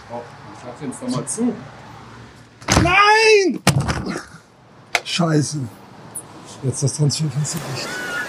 Schlag den Fenster mal zu. Nein! Scheiße. Jetzt das Transferfenster dicht.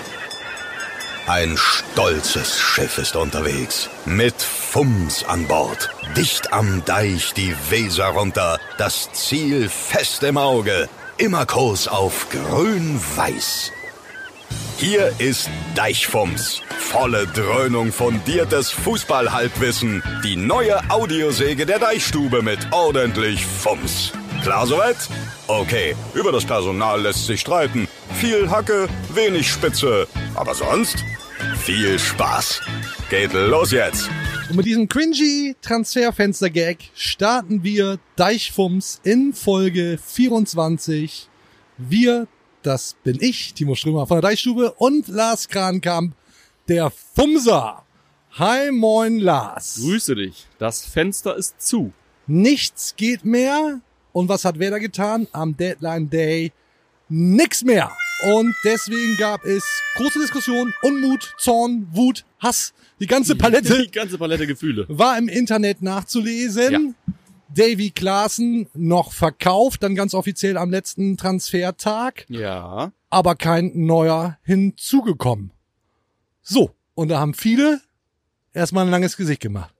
Ein stolzes Schiff ist unterwegs. Mit Fums an Bord. Dicht am Deich die Weser runter. Das Ziel fest im Auge. Immer Kurs auf grün-weiß. Hier ist Deichfums. Volle Dröhnung fundiertes Fußballhalbwissen. Die neue Audiosäge der Deichstube mit ordentlich Fums. Klar soweit? Okay, über das Personal lässt sich streiten. Viel Hacke, wenig Spitze. Aber sonst viel Spaß. Geht los jetzt. Und mit diesem cringy Transferfenster-Gag starten wir Deichfums in Folge 24. Wir, das bin ich, Timo Strömer von der Deichstube und Lars Krankamp, der Fumser. Hi, moin, Lars. Grüße dich. Das Fenster ist zu. Nichts geht mehr. Und was hat Werder getan? Am Deadline Day nix mehr. Und deswegen gab es große Diskussion, Unmut, Zorn, Wut, Hass. Die ganze Palette Gefühle. War im Internet nachzulesen. Ja. Davy Klaassen noch verkauft, dann ganz offiziell am letzten Transfertag. Ja. Aber kein neuer hinzugekommen. So, und da haben viele erstmal ein langes Gesicht gemacht.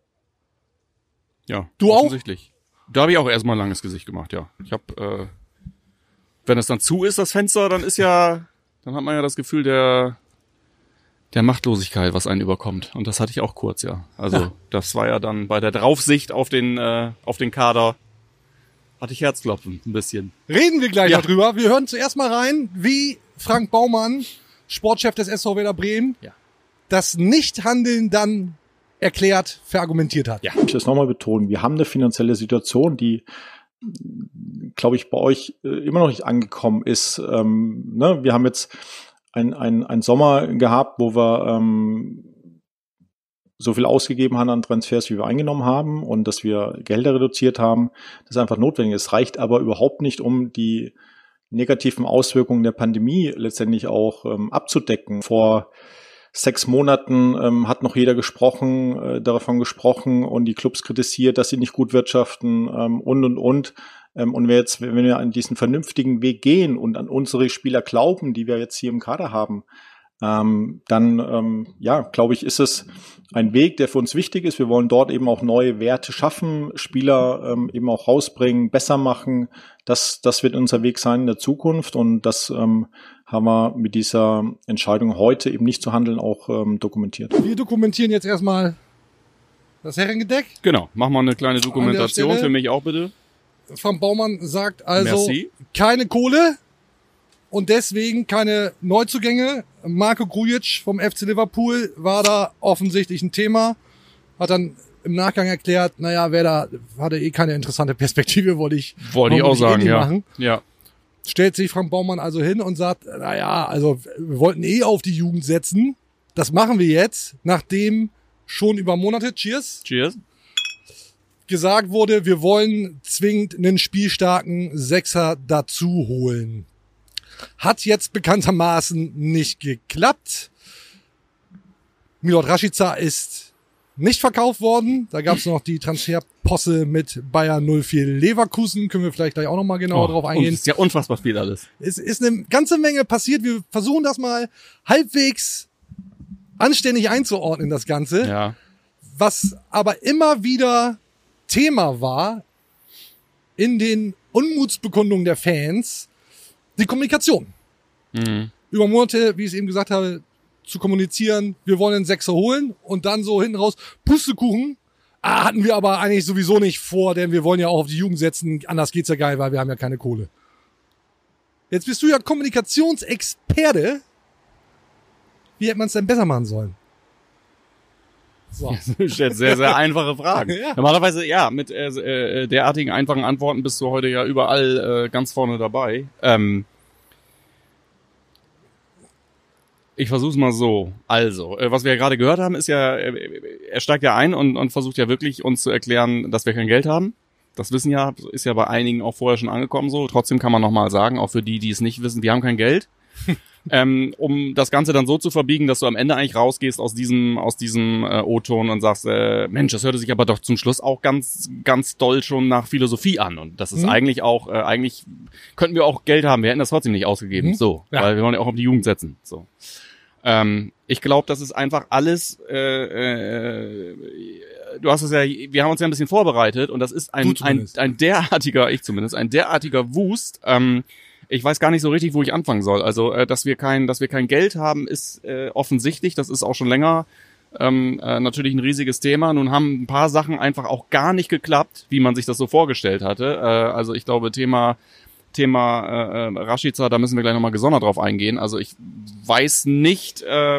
Ja, du auch? Offensichtlich. Da habe ich auch erstmal ein langes Gesicht gemacht, ja. Ich habe, wenn es dann zu ist, das Fenster, dann hat man ja das Gefühl der Machtlosigkeit, was einen überkommt. Und das hatte ich auch kurz, ja. Also, ja. Das war ja dann bei der Draufsicht auf den Kader, hatte ich Herzklopfen, ein bisschen. Reden wir gleich noch drüber. Wir hören zuerst mal rein, wie Frank Baumann, Sportchef des SV Werder Bremen, das Nichthandeln dann erklärt, verargumentiert hat. Ja. Ich will das nochmal betonen. Wir haben eine finanzielle Situation, die, glaube ich, bei euch immer noch nicht angekommen ist. Wir haben jetzt einen Sommer gehabt, wo wir so viel ausgegeben haben an Transfers, wie wir eingenommen haben und dass wir Gelder reduziert haben. Das ist einfach notwendig. Es reicht aber überhaupt nicht, um die negativen Auswirkungen der Pandemie letztendlich auch abzudecken. Vor 6 Monaten hat noch jeder davon gesprochen und die Clubs kritisiert, dass sie nicht gut wirtschaften und. Und wenn wir an diesen vernünftigen Weg gehen und an unsere Spieler glauben, die wir jetzt hier im Kader haben, dann glaube ich, ist es ein Weg, der für uns wichtig ist. Wir wollen dort eben auch neue Werte schaffen, Spieler eben auch rausbringen, besser machen. Das wird unser Weg sein in der Zukunft und das haben wir mit dieser Entscheidung heute eben nicht zu handeln auch dokumentiert. Wir dokumentieren jetzt erstmal das Herrengedeck. Genau, mach mal eine kleine Dokumentation für mich auch bitte. Frank Baumann sagt also Merci. Keine Kohle und deswegen keine Neuzugänge. Marko Grujic vom FC Liverpool war da offensichtlich ein Thema. Hat dann im Nachgang erklärt, Werder hatte keine interessante Perspektive, wollte ich auch sagen, machen. Ja. Stellt sich Frank Baumann also hin und sagt, wir wollten auf die Jugend setzen. Das machen wir jetzt, nachdem schon über Monate, Cheers, gesagt wurde, wir wollen zwingend einen spielstarken Sechser dazu holen. Hat jetzt bekanntermaßen nicht geklappt. Milot Rashica ist nicht verkauft worden. Da gab es noch die Transferposse mit Bayer 04 Leverkusen. Können wir vielleicht gleich auch noch mal genauer drauf eingehen. Ist ja unfassbar viel alles. Es ist eine ganze Menge passiert. Wir versuchen das mal halbwegs anständig einzuordnen, das Ganze. Ja. Was aber immer wieder Thema war in den Unmutsbekundungen der Fans, die Kommunikation. Mhm. Über Monate, wie ich es eben gesagt habe, zu kommunizieren, wir wollen einen Sechser holen und dann so hinten raus, Pustekuchen, hatten wir aber eigentlich sowieso nicht vor, denn wir wollen ja auch auf die Jugend setzen, anders geht's ja geil, weil wir haben ja keine Kohle. Jetzt bist du ja Kommunikationsexperte. Wie hätte man es denn besser machen sollen? So. Du stellst sehr, sehr einfache Fragen. Ja. Normalerweise, mit derartigen einfachen Antworten bist du heute ja überall ganz vorne dabei. Ich versuch's mal so. Also, was wir ja gerade gehört haben, ist ja, er steigt ja ein und versucht ja wirklich uns zu erklären, dass wir kein Geld haben. Das wissen ja, ist ja bei einigen auch vorher schon angekommen so. Trotzdem kann man nochmal sagen, auch für die, die es nicht wissen, wir haben kein Geld. um das Ganze dann so zu verbiegen, dass du am Ende eigentlich rausgehst aus diesem O-Ton und sagst, Mensch, das hörte sich aber doch zum Schluss auch ganz, ganz doll schon nach Philosophie an. Und das ist eigentlich auch, eigentlich könnten wir auch Geld haben, wir hätten das trotzdem nicht ausgegeben. So, weil wir wollen ja auch auf die Jugend setzen. So. Ich glaube, das ist einfach alles, du hast es ja, wir haben uns ja ein bisschen vorbereitet und das ist ein derartiger, ich zumindest, ein derartiger Wust. Ich weiß gar nicht so richtig, wo ich anfangen soll. Also, dass wir kein Geld haben, ist offensichtlich. Das ist auch schon länger natürlich ein riesiges Thema. Nun haben ein paar Sachen einfach auch gar nicht geklappt, wie man sich das so vorgestellt hatte. Also ich glaube, Thema Rashica, da müssen wir gleich nochmal gesondert drauf eingehen. Also ich weiß nicht,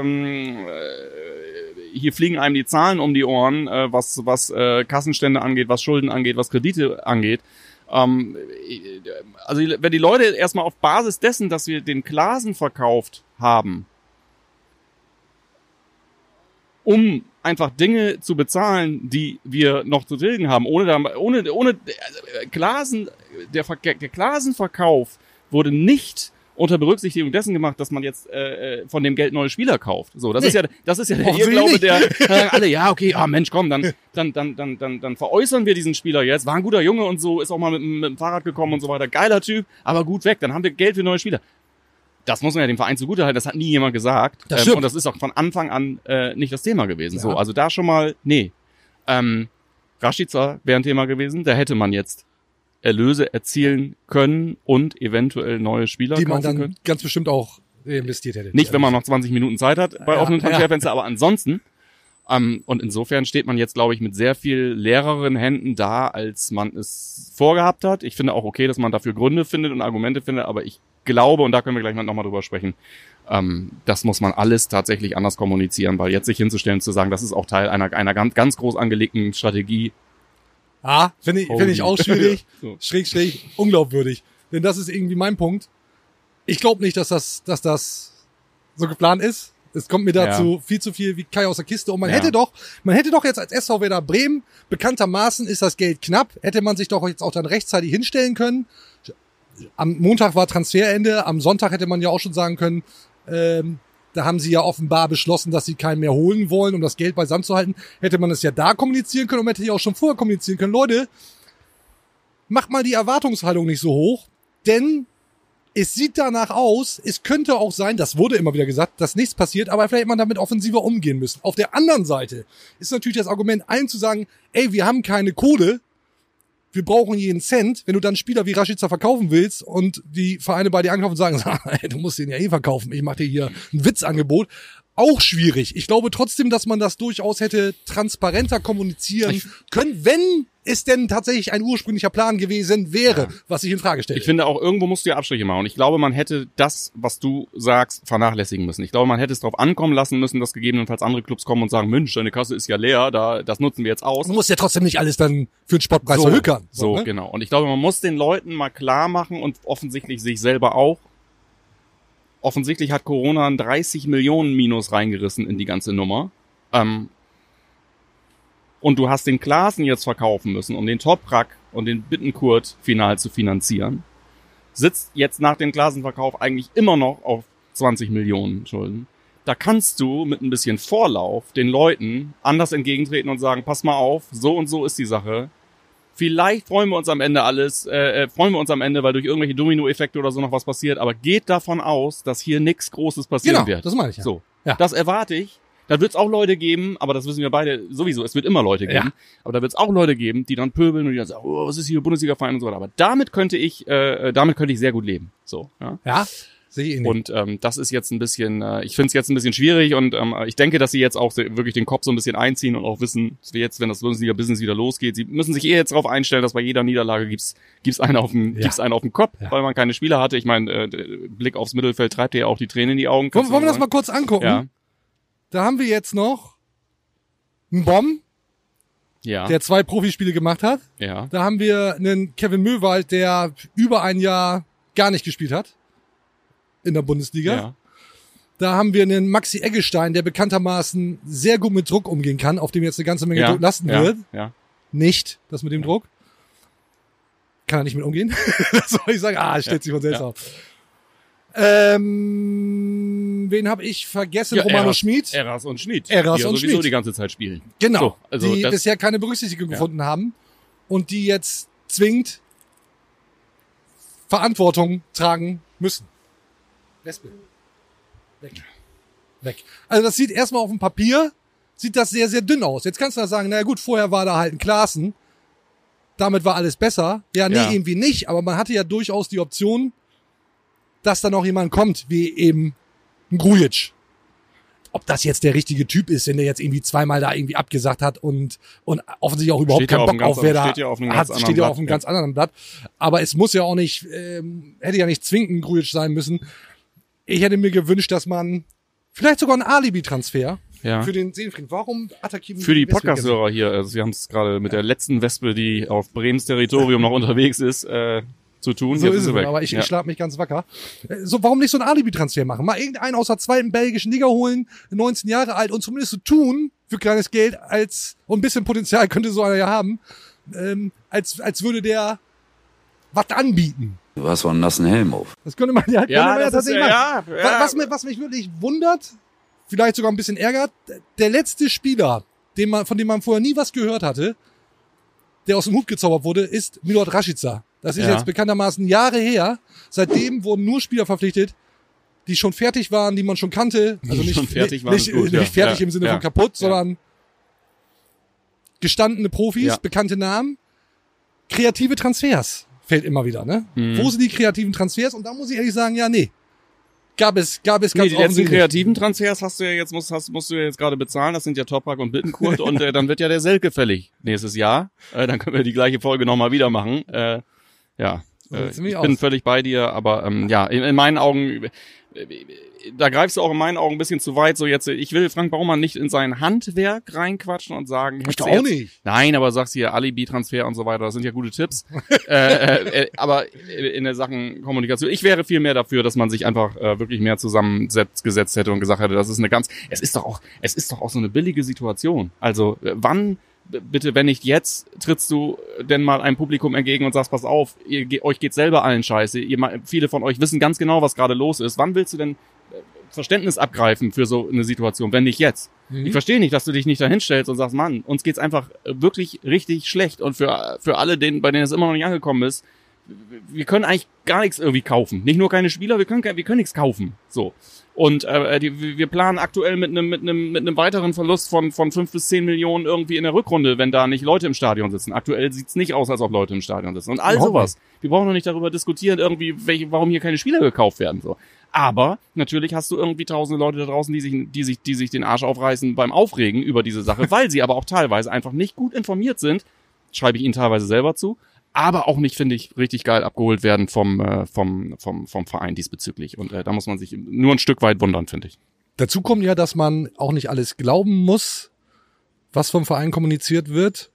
hier fliegen einem die Zahlen um die Ohren, was Kassenstände angeht, was Schulden angeht, was Kredite angeht. Also wenn die Leute erstmal auf Basis dessen, dass wir den Klaasen verkauft haben, um einfach Dinge zu bezahlen, die wir noch zu tilgen haben, ohne Klaasen, der Klaasenverkauf wurde nicht unter Berücksichtigung dessen gemacht, dass man jetzt von dem Geld neue Spieler kauft. So, das ist ja der Irrglaube, der alle, ja, okay, Mensch, komm, dann veräußern wir diesen Spieler jetzt. War ein guter Junge und so, ist auch mal mit dem Fahrrad gekommen und so weiter. Geiler Typ, aber gut weg. Dann haben wir Geld für neue Spieler. Das muss man ja dem Verein zugutehalten, das hat nie jemand gesagt. Und das ist auch von Anfang an nicht das Thema gewesen. Ja. So, also da schon mal, nee. Rashica wäre ein Thema gewesen, da hätte man jetzt Erlöse erzielen können und eventuell neue Spieler die man dann ganz bestimmt auch investiert hätte. Nicht, wenn man noch 20 Minuten Zeit hat bei offenen Transferfenster, aber ansonsten. Und insofern steht man jetzt, glaube ich, mit sehr viel leereren Händen da, als man es vorgehabt hat. Ich finde auch okay, dass man dafür Gründe findet und Argumente findet, aber ich glaube, und da können wir gleich nochmal drüber sprechen, das muss man alles tatsächlich anders kommunizieren, weil jetzt sich hinzustellen, zu sagen, das ist auch Teil einer ganz, ganz groß angelegten Strategie. Finde ich auch schwierig, so. schräg, unglaubwürdig. Denn das ist irgendwie mein Punkt. Ich glaube nicht, dass das so geplant ist. Es kommt mir dazu viel zu viel wie Kai aus der Kiste. Und man hätte doch jetzt als SV Werder Bremen, bekanntermaßen ist das Geld knapp, hätte man sich doch jetzt auch dann rechtzeitig hinstellen können. Am Montag war Transferende, am Sonntag hätte man ja auch schon sagen können, da haben sie ja offenbar beschlossen, dass sie keinen mehr holen wollen, um das Geld beisammen zu halten. Hätte man es ja da kommunizieren können und hätte ja auch schon vorher kommunizieren können. Leute, macht mal die Erwartungshaltung nicht so hoch, denn es sieht danach aus, es könnte auch sein, das wurde immer wieder gesagt, dass nichts passiert, aber vielleicht hätte man damit offensiver umgehen müssen. Auf der anderen Seite ist natürlich das Argument, allen zu sagen, ey, wir haben keine Kohle, wir brauchen jeden Cent. Wenn du dann Spieler wie Rashica verkaufen willst und die Vereine bei dir anklopfen und sagen, ey, du musst den ja verkaufen, ich mache dir hier ein Witzangebot, auch schwierig. Ich glaube trotzdem, dass man das durchaus hätte transparenter kommunizieren können, wenn es denn tatsächlich ein ursprünglicher Plan gewesen wäre, was ich in Frage stelle. Ich finde auch, irgendwo musst du ja Abstriche machen. Und ich glaube, man hätte das, was du sagst, vernachlässigen müssen. Ich glaube, man hätte es darauf ankommen lassen müssen, dass gegebenenfalls andere Clubs kommen und sagen, Mensch, deine Kasse ist ja leer, das nutzen wir jetzt aus. Du musst ja trotzdem nicht alles dann für den Sportpreis verhökern. So, ne? Genau. Und ich glaube, man muss den Leuten mal klar machen und offensichtlich sich selber auch. Offensichtlich hat Corona ein 30 Millionen Minus reingerissen in die ganze Nummer. Und du hast den Klaasen jetzt verkaufen müssen, um den Toprak und den Bittencourt final zu finanzieren. Sitzt jetzt nach dem Klaasenverkauf eigentlich immer noch auf 20 Millionen Schulden. Da kannst du mit ein bisschen Vorlauf den Leuten anders entgegentreten und sagen, pass mal auf, so und so ist die Sache. Vielleicht freuen wir uns am Ende weil durch irgendwelche Dominoeffekte oder so noch was passiert, aber geht davon aus, dass hier nichts Großes passieren wird. Das meine ich ja. So, das erwarte ich. Da wird es auch Leute geben, aber das wissen wir beide sowieso, es wird immer Leute geben, aber da wird es auch Leute geben, die dann pöbeln und die dann sagen, oh, was ist hier Bundesliga-Verein und so weiter. Aber damit könnte ich sehr gut leben. So, ja. Sehe ich nicht. Und das ist jetzt ein bisschen, ich finde es jetzt ein bisschen schwierig und ich denke, dass sie jetzt auch wirklich den Kopf so ein bisschen einziehen und auch wissen, dass wir jetzt, wenn das Bundesliga-Business wieder losgeht, sie müssen sich jetzt darauf einstellen, dass bei jeder Niederlage gibt's einen auf den Kopf, weil man keine Spieler hatte. Ich meine, Blick aufs Mittelfeld treibt dir ja auch die Tränen in die Augen. Wollen wir das mal kurz angucken? Ja. Da haben wir jetzt noch einen Bomb, der 2 Profispiele gemacht hat. Ja. Da haben wir einen Kevin Möwald, der über ein Jahr gar nicht gespielt hat in der Bundesliga. Ja. Da haben wir einen Maxi Eggestein, der bekanntermaßen sehr gut mit Druck umgehen kann, auf dem jetzt eine ganze Menge Druck lasten wird. Ja. Nicht, das mit dem Druck. Kann er nicht mit umgehen? Das soll ich sagen? Es stellt sich von selbst auf. Wen habe ich vergessen? Romano Schmid. Eras und Schmid. Eras die und sowieso Schmid. die ganze Zeit spielen. Genau. So, also die bisher keine Berücksichtigung gefunden haben und die jetzt zwingend Verantwortung tragen müssen. Wespe. Weg. Also das sieht erstmal auf dem Papier, sieht das sehr, sehr dünn aus. Jetzt kannst du da sagen, naja gut, vorher war da halt ein Klaassen. Damit war alles besser. Ja, nee, irgendwie nicht. Aber man hatte ja durchaus die Option, dass da noch jemand kommt, wie eben ein Grujic. Ob das jetzt der richtige Typ ist, wenn der jetzt irgendwie zweimal da irgendwie abgesagt hat und offensichtlich auch überhaupt keinen Bock auf wer da steht ja auf einem ganz anderen Blatt. Aber es muss ja auch nicht, hätte ja nicht zwingend ein Grujic sein müssen. Ich hätte mir gewünscht, dass man vielleicht sogar einen Alibi-Transfer für den Seelenfrieden. Warum attackieren für die Podcast-Hörer hier? Also wir haben es gerade mit der letzten Wespe, die auf Bremens Territorium noch unterwegs ist, zu tun. So ist es, aber ich schlag mich ganz wacker. So, warum nicht so einen Alibi-Transfer machen? Mal irgendeinen aus der zweiten belgischen Liga holen, 19 Jahre alt und zumindest so tun für kleines Geld und ein bisschen Potenzial könnte so einer ja haben, als würde der was anbieten. Du hast so einen nassen Helm auf. Das könnte man ja tatsächlich machen. Ja. Was mich wirklich wundert, vielleicht sogar ein bisschen ärgert, der letzte Spieler, von dem man vorher nie was gehört hatte, der aus dem Hut gezaubert wurde, ist Milot Rashica. Das ist jetzt bekanntermaßen Jahre her. Seitdem wurden nur Spieler verpflichtet, die schon fertig waren, die man schon kannte. Also nicht fertig im Sinne von kaputt, sondern gestandene Profis, bekannte Namen. Kreative Transfers fällt immer wieder, ne? Wo sind die kreativen Transfers? Und da muss ich ehrlich sagen, gab es ganz die letzten kreativen Transfers musst du jetzt gerade bezahlen. Das sind ja Toprak und Bittencourt und dann wird ja der Selke fällig nächstes Jahr. Dann können wir die gleiche Folge nochmal wieder machen. Ich bin völlig bei dir, aber in meinen Augen, da greifst du auch in meinen Augen ein bisschen zu weit. So jetzt, ich will Frank Baumann nicht in sein Handwerk reinquatschen und sagen, ich auch nicht. Nein, aber sagst hier Alibi-Transfer und so weiter, das sind ja gute Tipps. Aber in der Sachen Kommunikation, ich wäre viel mehr dafür, dass man sich einfach wirklich mehr zusammengesetzt hätte und gesagt hätte, das ist es ist doch auch so eine billige Situation. Also wann bitte, wenn nicht jetzt, trittst du denn mal einem Publikum entgegen und sagst, pass auf, euch geht selber allen scheiße. Viele von euch wissen ganz genau, was gerade los ist. Wann willst du denn Verständnis abgreifen für so eine Situation, wenn nicht jetzt? Ich verstehe nicht, dass du dich nicht dahinstellst und sagst, Mann, uns geht's einfach wirklich richtig schlecht und für alle, bei denen es immer noch nicht angekommen ist, wir können eigentlich gar nichts irgendwie kaufen. Nicht nur keine Spieler, wir können nichts kaufen. So. Und wir planen aktuell mit einem weiteren Verlust von 5 bis 10 Millionen irgendwie in der Rückrunde, wenn da nicht Leute im Stadion sitzen. Aktuell sieht's nicht aus, als ob Leute im Stadion sitzen. Und all sowas. Wir brauchen noch nicht darüber diskutieren, irgendwie, warum hier keine Spieler gekauft werden. So. Aber natürlich hast du irgendwie tausende Leute da draußen, die sich den Arsch aufreißen beim Aufregen über diese Sache, weil sie aber auch teilweise einfach nicht gut informiert sind. Schreibe ich ihnen teilweise selber zu. Aber auch nicht, finde ich, richtig geil abgeholt werden vom Verein diesbezüglich. Und da muss man sich nur ein Stück weit wundern, finde ich. Dazu kommt ja, dass man auch nicht alles glauben muss, was vom Verein kommuniziert wird.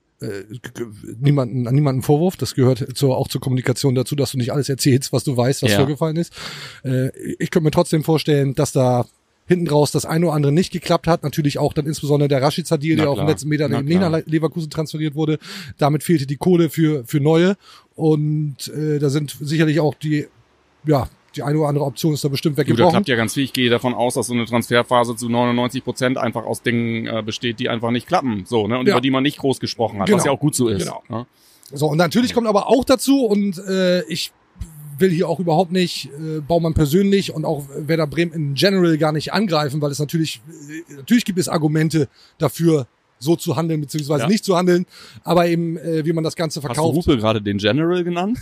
Niemanden Vorwurf. Das gehört auch zur Kommunikation dazu, dass du nicht alles erzählst, was du weißt, was vorgefallen ist. Ich könnte mir trotzdem vorstellen, dass da hinten raus das eine oder andere nicht geklappt hat. Natürlich auch dann insbesondere der Rashica-Deal, der auf den letzten Metern eben nicht nach Leverkusen transferiert wurde. Damit fehlte die Kohle für neue. Und da sind sicherlich auch die eine oder andere Option ist da bestimmt weggebrochen. Da klappt ja ganz viel. Ich gehe davon aus, dass so eine Transferphase zu 99% einfach aus Dingen besteht, die einfach nicht klappen. So, ne? Und über die man nicht groß gesprochen hat, was ja auch gut so ist. Genau. Ne? So, und natürlich kommt aber auch dazu, und ich will hier auch überhaupt nicht Baumann persönlich und auch Werder Bremen in general gar nicht angreifen, weil es natürlich gibt es Argumente dafür, so zu handeln beziehungsweise nicht zu handeln, aber eben wie man das Ganze verkauft. Hast du Hupe gerade den General genannt?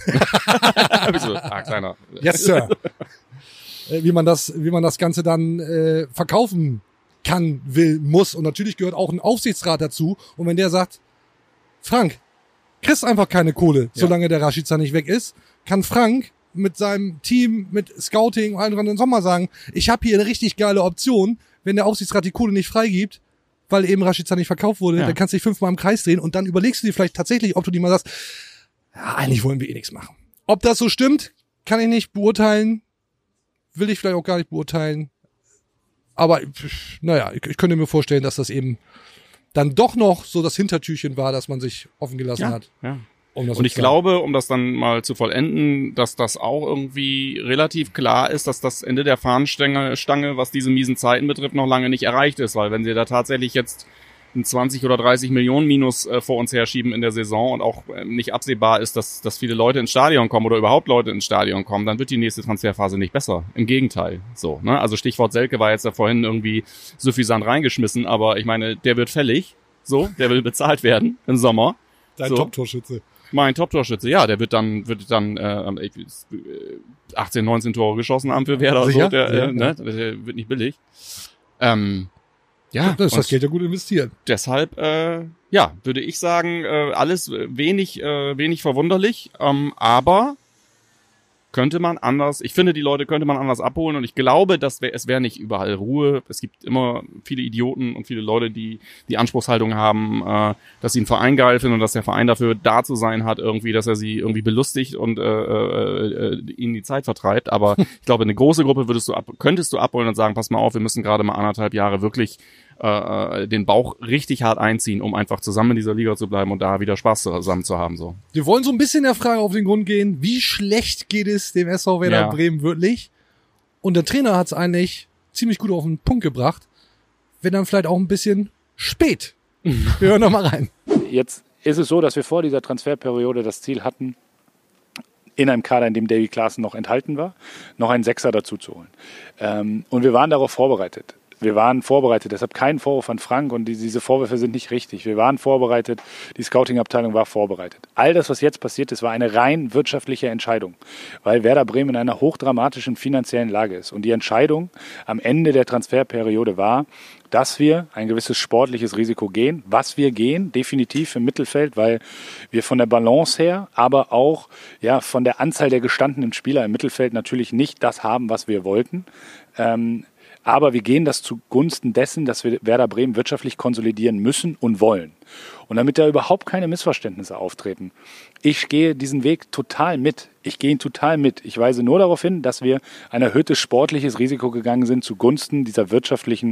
Kleiner. Yes, Sir. Wie man das Ganze dann verkaufen kann, will, muss, und natürlich gehört auch ein Aufsichtsrat dazu, und wenn der sagt, Frank, kriegst einfach keine Kohle, solange der Rashica nicht weg ist, kann Frank mit seinem Team, mit Scouting und allem dran im Sommer sagen, ich habe hier eine richtig geile Option, wenn der Aufsichtsrat die Kohle nicht freigibt, weil eben Rashica nicht verkauft wurde, dann kannst du dich 5-mal im Kreis drehen und dann überlegst du dir vielleicht tatsächlich, ob du die mal sagst, ja, eigentlich wollen wir nichts machen. Ob das so stimmt, kann ich nicht beurteilen, will ich vielleicht auch gar nicht beurteilen, aber naja, ich könnte mir vorstellen, dass das eben dann doch noch so das Hintertürchen war, dass man sich offen gelassen hat. Ja. Und ich glaube, um das dann mal zu vollenden, dass das auch irgendwie relativ klar ist, dass das Ende der Fahnenstange, was diese miesen Zeiten betrifft, noch lange nicht erreicht ist, weil wenn sie da tatsächlich jetzt ein 20 oder 30 Millionen Minus vor uns herschieben in der Saison und auch nicht absehbar ist, dass viele Leute ins Stadion kommen oder überhaupt Leute ins Stadion kommen, dann wird die nächste Transferphase nicht besser. Im Gegenteil. So, ne? Also Stichwort Selke war jetzt da vorhin irgendwie suffisant reingeschmissen, aber ich meine, der wird fällig. So, der will bezahlt werden im Sommer. Dein Top-Torschütze. Mein Top-Torschütze, ja, der wird dann 18, 19 Tore geschossen haben für Werder. Sicher? So, der wird nicht billig. Ja, das Geld ja gut investiert. Deshalb, würde ich sagen, alles wenig verwunderlich, aber könnte man anders, ich finde, die Leute könnte man anders abholen und ich glaube, es wäre nicht überall Ruhe. Es gibt immer viele Idioten und viele Leute, die Anspruchshaltung haben, dass sie einen Verein geil finden und dass der Verein dafür da zu sein hat, irgendwie, dass er sie irgendwie belustigt und ihnen die Zeit vertreibt. Aber ich glaube, eine große Gruppe könntest du abholen und sagen, pass mal auf, wir müssen gerade mal 1,5 Jahre wirklich den Bauch richtig hart einziehen, um einfach zusammen in dieser Liga zu bleiben und da wieder Spaß zusammen zu haben. So. Wir wollen so ein bisschen der Frage auf den Grund gehen, wie schlecht geht es dem SV Werder Bremen wirklich? Und der Trainer hat es eigentlich ziemlich gut auf den Punkt gebracht, wenn dann vielleicht auch ein bisschen spät. Wir hören noch mal rein. Jetzt ist es so, dass wir vor dieser Transferperiode das Ziel hatten, in einem Kader, in dem Davy Klaassen noch enthalten war, noch einen Sechser dazu zu holen. Und wir waren darauf vorbereitet. Deshalb kein Vorwurf an Frank und diese Vorwürfe sind nicht richtig. Wir waren vorbereitet, die Scouting-Abteilung war vorbereitet. All das, was jetzt passiert ist, war eine rein wirtschaftliche Entscheidung, weil Werder Bremen in einer hochdramatischen finanziellen Lage ist. Und die Entscheidung am Ende der Transferperiode war, dass wir ein gewisses sportliches Risiko gehen, was wir gehen, definitiv im Mittelfeld, weil wir von der Balance her, aber auch von der Anzahl der gestandenen Spieler im Mittelfeld natürlich nicht das haben, was wir wollten. Aber wir gehen das zugunsten dessen, dass wir Werder Bremen wirtschaftlich konsolidieren müssen und wollen. Und damit da überhaupt keine Missverständnisse auftreten, ich gehe diesen Weg total mit. Ich weise nur darauf hin, dass wir ein erhöhtes sportliches Risiko gegangen sind zugunsten dieser wirtschaftlichen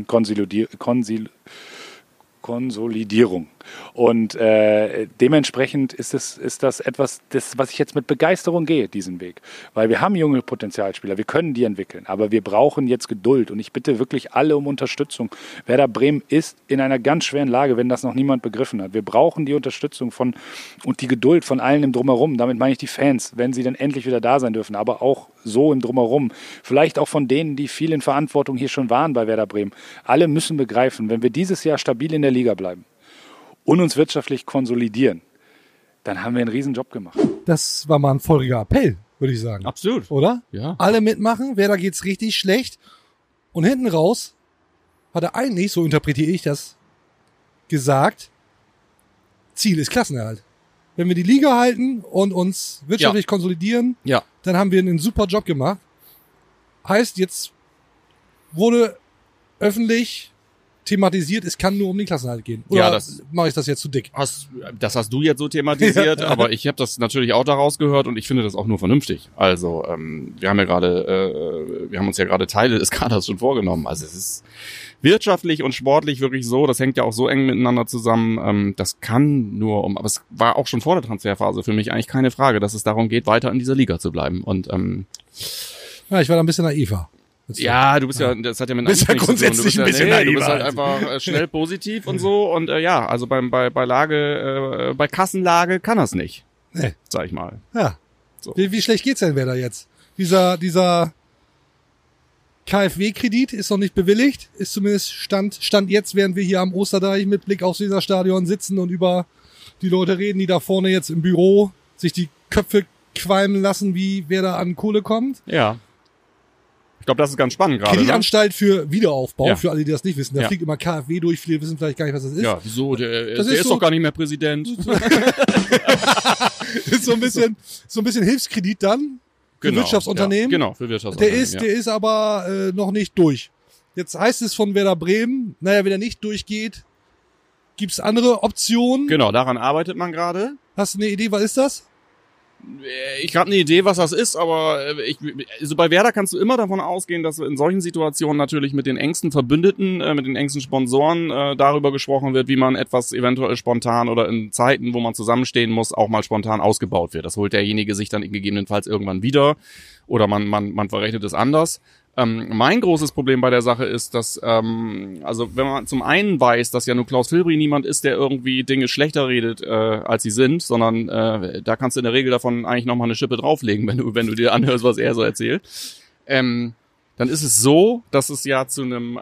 Konsolidierung. Und dementsprechend ist das etwas, was ich jetzt mit Begeisterung gehe, diesen Weg. Weil wir haben junge Potenzialspieler, wir können die entwickeln, aber wir brauchen jetzt Geduld und ich bitte wirklich alle um Unterstützung. Werder Bremen ist in einer ganz schweren Lage, wenn das noch niemand begriffen hat. Wir brauchen die Unterstützung und die Geduld von allen im Drumherum. Damit meine ich die Fans, wenn sie dann endlich wieder da sein dürfen, aber auch so im Drumherum. Vielleicht auch von denen, die viel in Verantwortung hier schon waren bei Werder Bremen. Alle müssen begreifen, wenn wir dieses Jahr stabil in der Liga bleiben und uns wirtschaftlich konsolidieren, dann haben wir einen riesen Job gemacht. Das war mal ein feuriger Appell, würde ich sagen. Absolut. Oder? Ja. Alle mitmachen, Werder geht's richtig schlecht. Und hinten raus hat er eigentlich, so interpretiere ich das, gesagt, Ziel ist Klassenerhalt. Wenn wir die Liga halten und uns wirtschaftlich konsolidieren, dann haben wir einen super Job gemacht. Heißt, jetzt wurde öffentlich thematisiert, es kann nur um den Klassenerhalt gehen. Oder mache ich das jetzt zu dick? Das hast du jetzt so thematisiert, aber ich habe das natürlich auch daraus gehört und ich finde das auch nur vernünftig. Also wir haben uns ja gerade Teile des Kaders schon vorgenommen. Also es ist wirtschaftlich und sportlich wirklich so, das hängt ja auch so eng miteinander zusammen. Das kann nur aber es war auch schon vor der Transferphase für mich eigentlich keine Frage, dass es darum geht, weiter in dieser Liga zu bleiben. Und ich war da ein bisschen naiver. Ja, du bist das hat ja mit bist ja grundsätzlich ein bisschen naiver. Du bist halt einfach schnell positiv und so und also bei Kassenlage kann das nicht. Nee. Sag ich mal. Ja. So. Wie schlecht geht's denn Werder jetzt? Dieser KfW-Kredit ist noch nicht bewilligt, ist zumindest Stand jetzt, während wir hier am Osterdeich mit Blick aufs Weserstadion sitzen und über die Leute reden, die da vorne jetzt im Büro sich die Köpfe qualmen lassen, wie wer da an Kohle kommt. Ja. Ich glaube, das ist ganz spannend gerade. Kreditanstalt für Wiederaufbau, für alle, die das nicht wissen. Da fliegt immer KfW durch, viele wissen vielleicht gar nicht, was das ist. Ja, wieso? Der ist doch gar nicht mehr Präsident. Ist so ein bisschen Hilfskredit dann für Wirtschaftsunternehmen. Ja, genau, für Wirtschaftsunternehmen. Der ist aber noch nicht durch. Jetzt heißt es von Werder Bremen, wenn er nicht durchgeht, gibt's andere Optionen. Genau, daran arbeitet man gerade. Hast du eine Idee, was ist das? Ich habe eine Idee, was das ist, aber also bei Werder kannst du immer davon ausgehen, dass in solchen Situationen natürlich mit den engsten Verbündeten, mit den engsten Sponsoren darüber gesprochen wird, wie man etwas eventuell spontan oder in Zeiten, wo man zusammenstehen muss, auch mal spontan ausgebaut wird. Das holt derjenige sich dann gegebenenfalls irgendwann wieder oder man verrechnet es anders. Mein großes Problem bei der Sache ist, dass, also wenn man zum einen weiß, dass ja nur Klaus Filbri niemand ist, der irgendwie Dinge schlechter redet, als sie sind, sondern da kannst du in der Regel davon eigentlich nochmal eine Schippe drauflegen, wenn du dir anhörst, was er so erzählt. Dann ist es so, dass es ja zu einem,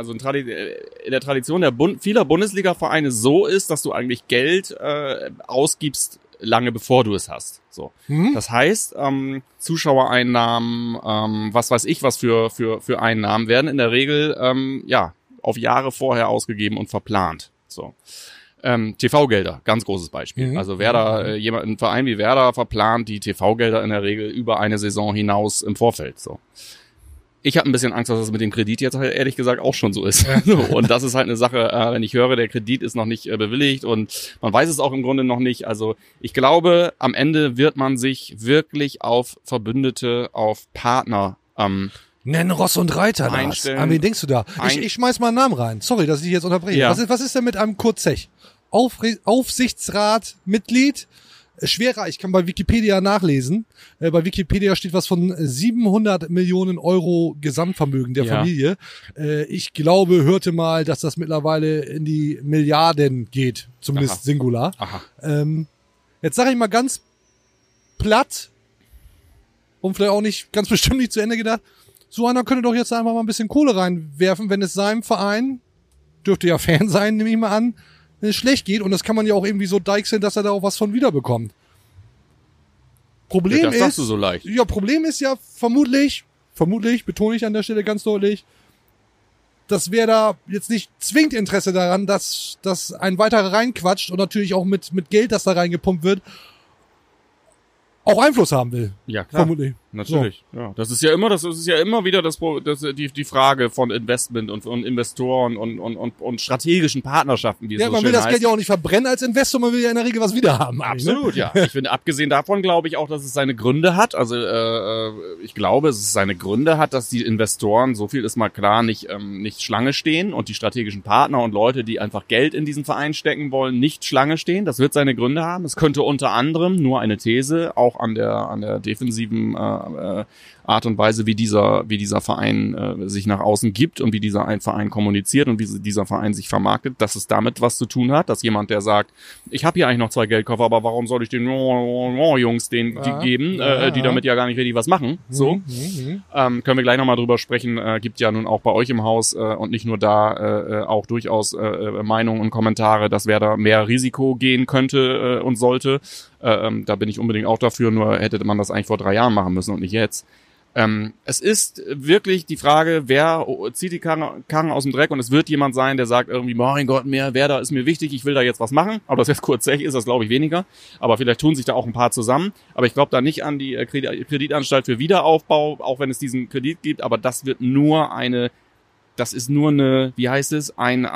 in der Tradition vieler Bundesliga-Vereine so ist, dass du eigentlich Geld ausgibst, lange bevor du es hast. So. Das heißt, Zuschauereinnahmen, was weiß ich, was für Einnahmen werden in der Regel auf Jahre vorher ausgegeben und verplant. So. TV-Gelder, ganz großes Beispiel. Also Werder, ein Verein wie Werder verplant die TV-Gelder in der Regel über eine Saison hinaus im Vorfeld. So. Ich habe ein bisschen Angst, dass das mit dem Kredit jetzt halt ehrlich gesagt auch schon so ist. Ja. Und das ist halt eine Sache, wenn ich höre, der Kredit ist noch nicht bewilligt und man weiß es auch im Grunde noch nicht. Also ich glaube, am Ende wird man sich wirklich auf Verbündete, auf Partner Nenn Ross und Reiter einstellen. An wen denkst du da? Ich schmeiß mal einen Namen rein. Sorry, dass ich jetzt unterbreche. Ja. Was ist denn mit einem Kurt Zech? Aufsichtsratmitglied? Schwerer, ich kann bei Wikipedia nachlesen. Bei Wikipedia steht was von 700 Millionen Euro Gesamtvermögen der Familie. Ich glaube, hörte mal, dass das mittlerweile in die Milliarden geht, zumindest Singular. Jetzt sage ich mal ganz platt und vielleicht auch nicht ganz bestimmt nicht zu Ende gedacht, so einer könnte doch jetzt einfach mal ein bisschen Kohle reinwerfen, wenn es seinem Verein, dürfte ja Fan sein, nehme ich mal an, wenn es schlecht geht, und das kann man ja auch irgendwie so deichseln, dass er da auch was von wiederbekommt. Problem das sagst du so leicht. Ja, Problem ist ja vermutlich, betone ich an der Stelle ganz deutlich, dass wer da jetzt nicht zwingt Interesse daran, dass ein weiterer reinquatscht und natürlich auch mit Geld, das da reingepumpt wird, auch Einfluss haben will. Ja, klar. Vermutlich. Natürlich. So. Ja, das ist ja immer wieder die Frage von Investment und Investoren und strategischen Partnerschaften, wie es so schön heißt. Man will das Geld ja auch nicht verbrennen als Investor, man will ja in der Regel was wieder haben. Absolut, ne? Ja. Ich finde, abgesehen davon glaube ich auch, dass es seine Gründe hat. Also ich glaube, dass es seine Gründe hat, dass die Investoren, so viel ist mal klar, nicht Schlange stehen und die strategischen Partner und Leute, die einfach Geld in diesen Verein stecken wollen, nicht Schlange stehen. Das wird seine Gründe haben. Es könnte unter anderem, nur eine These, auch an der defensiven Art und Weise, wie dieser Verein sich nach außen gibt und wie dieser Verein kommuniziert und wie dieser Verein sich vermarktet, dass es damit was zu tun hat, dass jemand, der sagt, ich habe hier eigentlich noch 2 Geldkoffer, aber warum soll ich den Jungs die geben, die damit ja gar nicht richtig was machen? So. Können wir gleich nochmal drüber sprechen, gibt ja nun auch bei euch im Haus und nicht nur da auch durchaus Meinungen und Kommentare, dass wer da mehr Risiko gehen könnte und sollte. Da bin ich unbedingt auch dafür, nur hätte man das eigentlich vor 3 Jahren machen müssen und nicht jetzt. Es ist wirklich die Frage, wer zieht die Karren aus dem Dreck, und es wird jemand sein, der sagt irgendwie, mein Gott, Werder ist mir wichtig, ich will da jetzt was machen. Aber das jetzt kurz Zech ist, das glaube ich weniger. Aber vielleicht tun sich da auch ein paar zusammen. Aber ich glaube da nicht an die Kreditanstalt für Wiederaufbau, auch wenn es diesen Kredit gibt. Aber das ist nur eine, wie heißt es,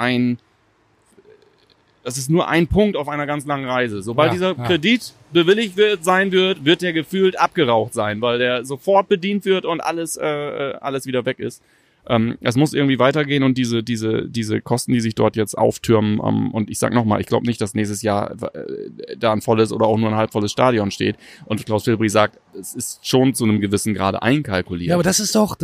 das ist nur ein Punkt auf einer ganz langen Reise. Sobald dieser Kredit bewilligt wird der gefühlt abgeraucht sein, weil der sofort bedient wird und alles wieder weg ist. Es muss irgendwie weitergehen, und diese Kosten, die sich dort jetzt auftürmen, und ich sag nochmal, ich glaube nicht, dass nächstes Jahr da ein volles oder auch nur ein halbvolles Stadion steht. Und Klaus Filbri sagt, es ist schon zu einem gewissen Grade einkalkuliert. Ja, aber das ist doch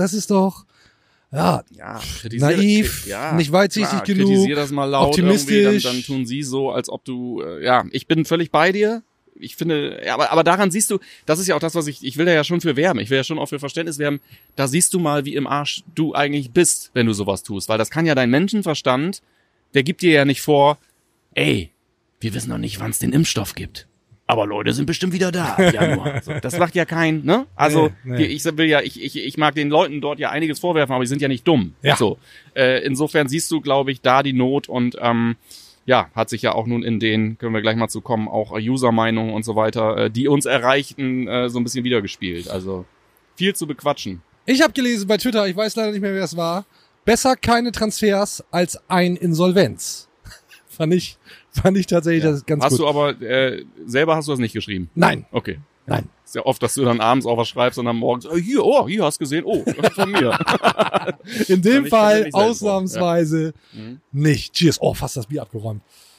naiv, nicht weitsichtig genug, kritisier das mal laut, optimistisch. Dann tun sie so, als ob du, ich bin völlig bei dir. Ich finde, aber daran siehst du, das ist ja auch das, was ich will da ja schon für werben. Ich will ja schon auch für Verständnis werben. Da siehst du mal, wie im Arsch du eigentlich bist, wenn du sowas tust. Weil das kann ja dein Menschenverstand, der gibt dir ja nicht vor, wir wissen noch nicht, wann es den Impfstoff gibt. Aber Leute sind bestimmt wieder da im Januar. So, das macht ja kein, ne? Also nee. Ich mag den Leuten dort ja einiges vorwerfen, aber die sind ja nicht dumm. Ja. So, insofern siehst du, glaube ich, da die Not, und hat sich ja auch nun in den, können wir gleich mal zu kommen, auch User-Meinungen und so weiter, die uns erreichten, so ein bisschen wiedergespielt. Also viel zu bequatschen. Ich habe gelesen bei Twitter, ich weiß leider nicht mehr, wer es war, besser keine Transfers als ein Insolvenz. Fand ich tatsächlich das ganz gut. Hast du aber, selber hast du das nicht geschrieben? Nein. Okay. Nein. Ist ja oft, dass du dann abends auch was schreibst und dann morgens, hier hast du gesehen, das ist von mir. In dem nicht Fall selbst ausnahmsweise nicht. Cheers. Oh, fast das Bier abgeräumt.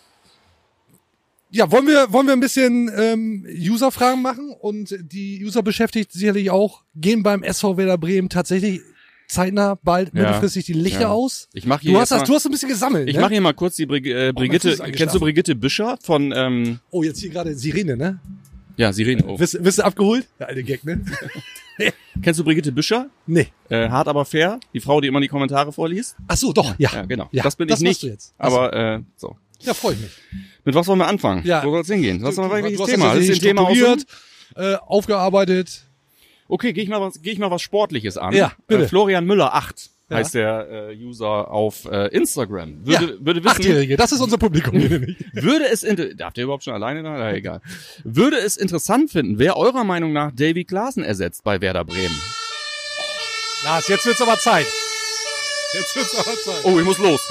Ja, wollen wir ein bisschen User-Fragen machen? Und die User beschäftigt sicherlich auch, gehen beim SV Werder Bremen tatsächlich zeitnah bald mittelfristig die Lichter aus? Ich mach hier du hast ein bisschen gesammelt, Ich mache hier mal kurz die Brigitte, kennst du Brigitte Büscher von... Oh, jetzt hier gerade Sirene, ne? Ja, Sirene. Oh. Bist du abgeholt? Der alte Gag, ne? Kennst du Brigitte Büscher? Nee. Hart aber fair, die Frau, die immer die Kommentare vorliest. Ach so, doch, ja. Ja, genau. Ja, das bin ich nicht, du jetzt. aber so. Ja, freue ich mich. Mit was wollen wir anfangen? Ja. Wo soll es hingehen? Was haben wir Du welches hast Thema? das Ist ein Thema strukturiert, aufgearbeitet. Okay, gehe ich mal was Sportliches an. Ja, bitte. Florian Müller 8 heißt der User auf Instagram. Würde wissen, 8-Jährige, das ist unser Publikum. würde es darf der überhaupt schon alleine da? Na, egal. Würde es interessant finden, wer eurer Meinung nach Davy Klaassen ersetzt bei Werder Bremen? Lars, jetzt wird's aber Zeit. Oh, ich muss los.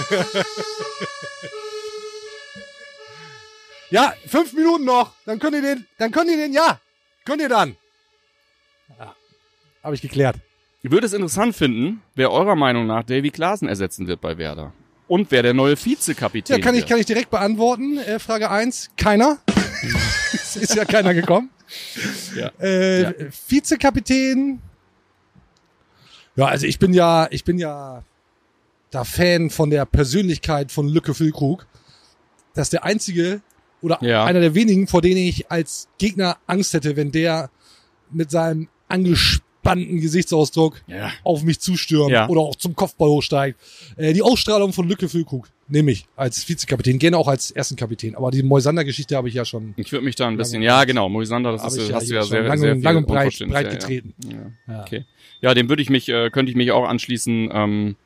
Ja, 5 Minuten noch, dann könnt ihr den, könnt ihr dann. Ja, habe ich geklärt. Würde es interessant finden, wer eurer Meinung nach Davy Klaassen ersetzen wird bei Werder? Und wer der neue Vizekapitän Ja, kann wird? ich direkt beantworten. Frage 1, keiner. Es ist ja keiner gekommen. Ja. Vizekapitän. Ja, also ich bin ja da Fan von der Persönlichkeit von Lücke Füllkrug. Das ist der einzige oder einer der wenigen, vor denen ich als Gegner Angst hätte, wenn der mit seinem angespannten Gesichtsausdruck auf mich zustürmt oder auch zum Kopfball hochsteigt. Die Ausstrahlung von Lücke Füllkrug nehme ich als Vizekapitän, gerne auch als ersten Kapitän. Aber die Moisander-Geschichte habe ich ja schon. Ich würde mich da ein bisschen, Moisander, das ist, hast du ja sehr lang und breit Unverständnis, getreten. Ja. Okay. Ja, dem könnte ich mich auch anschließen.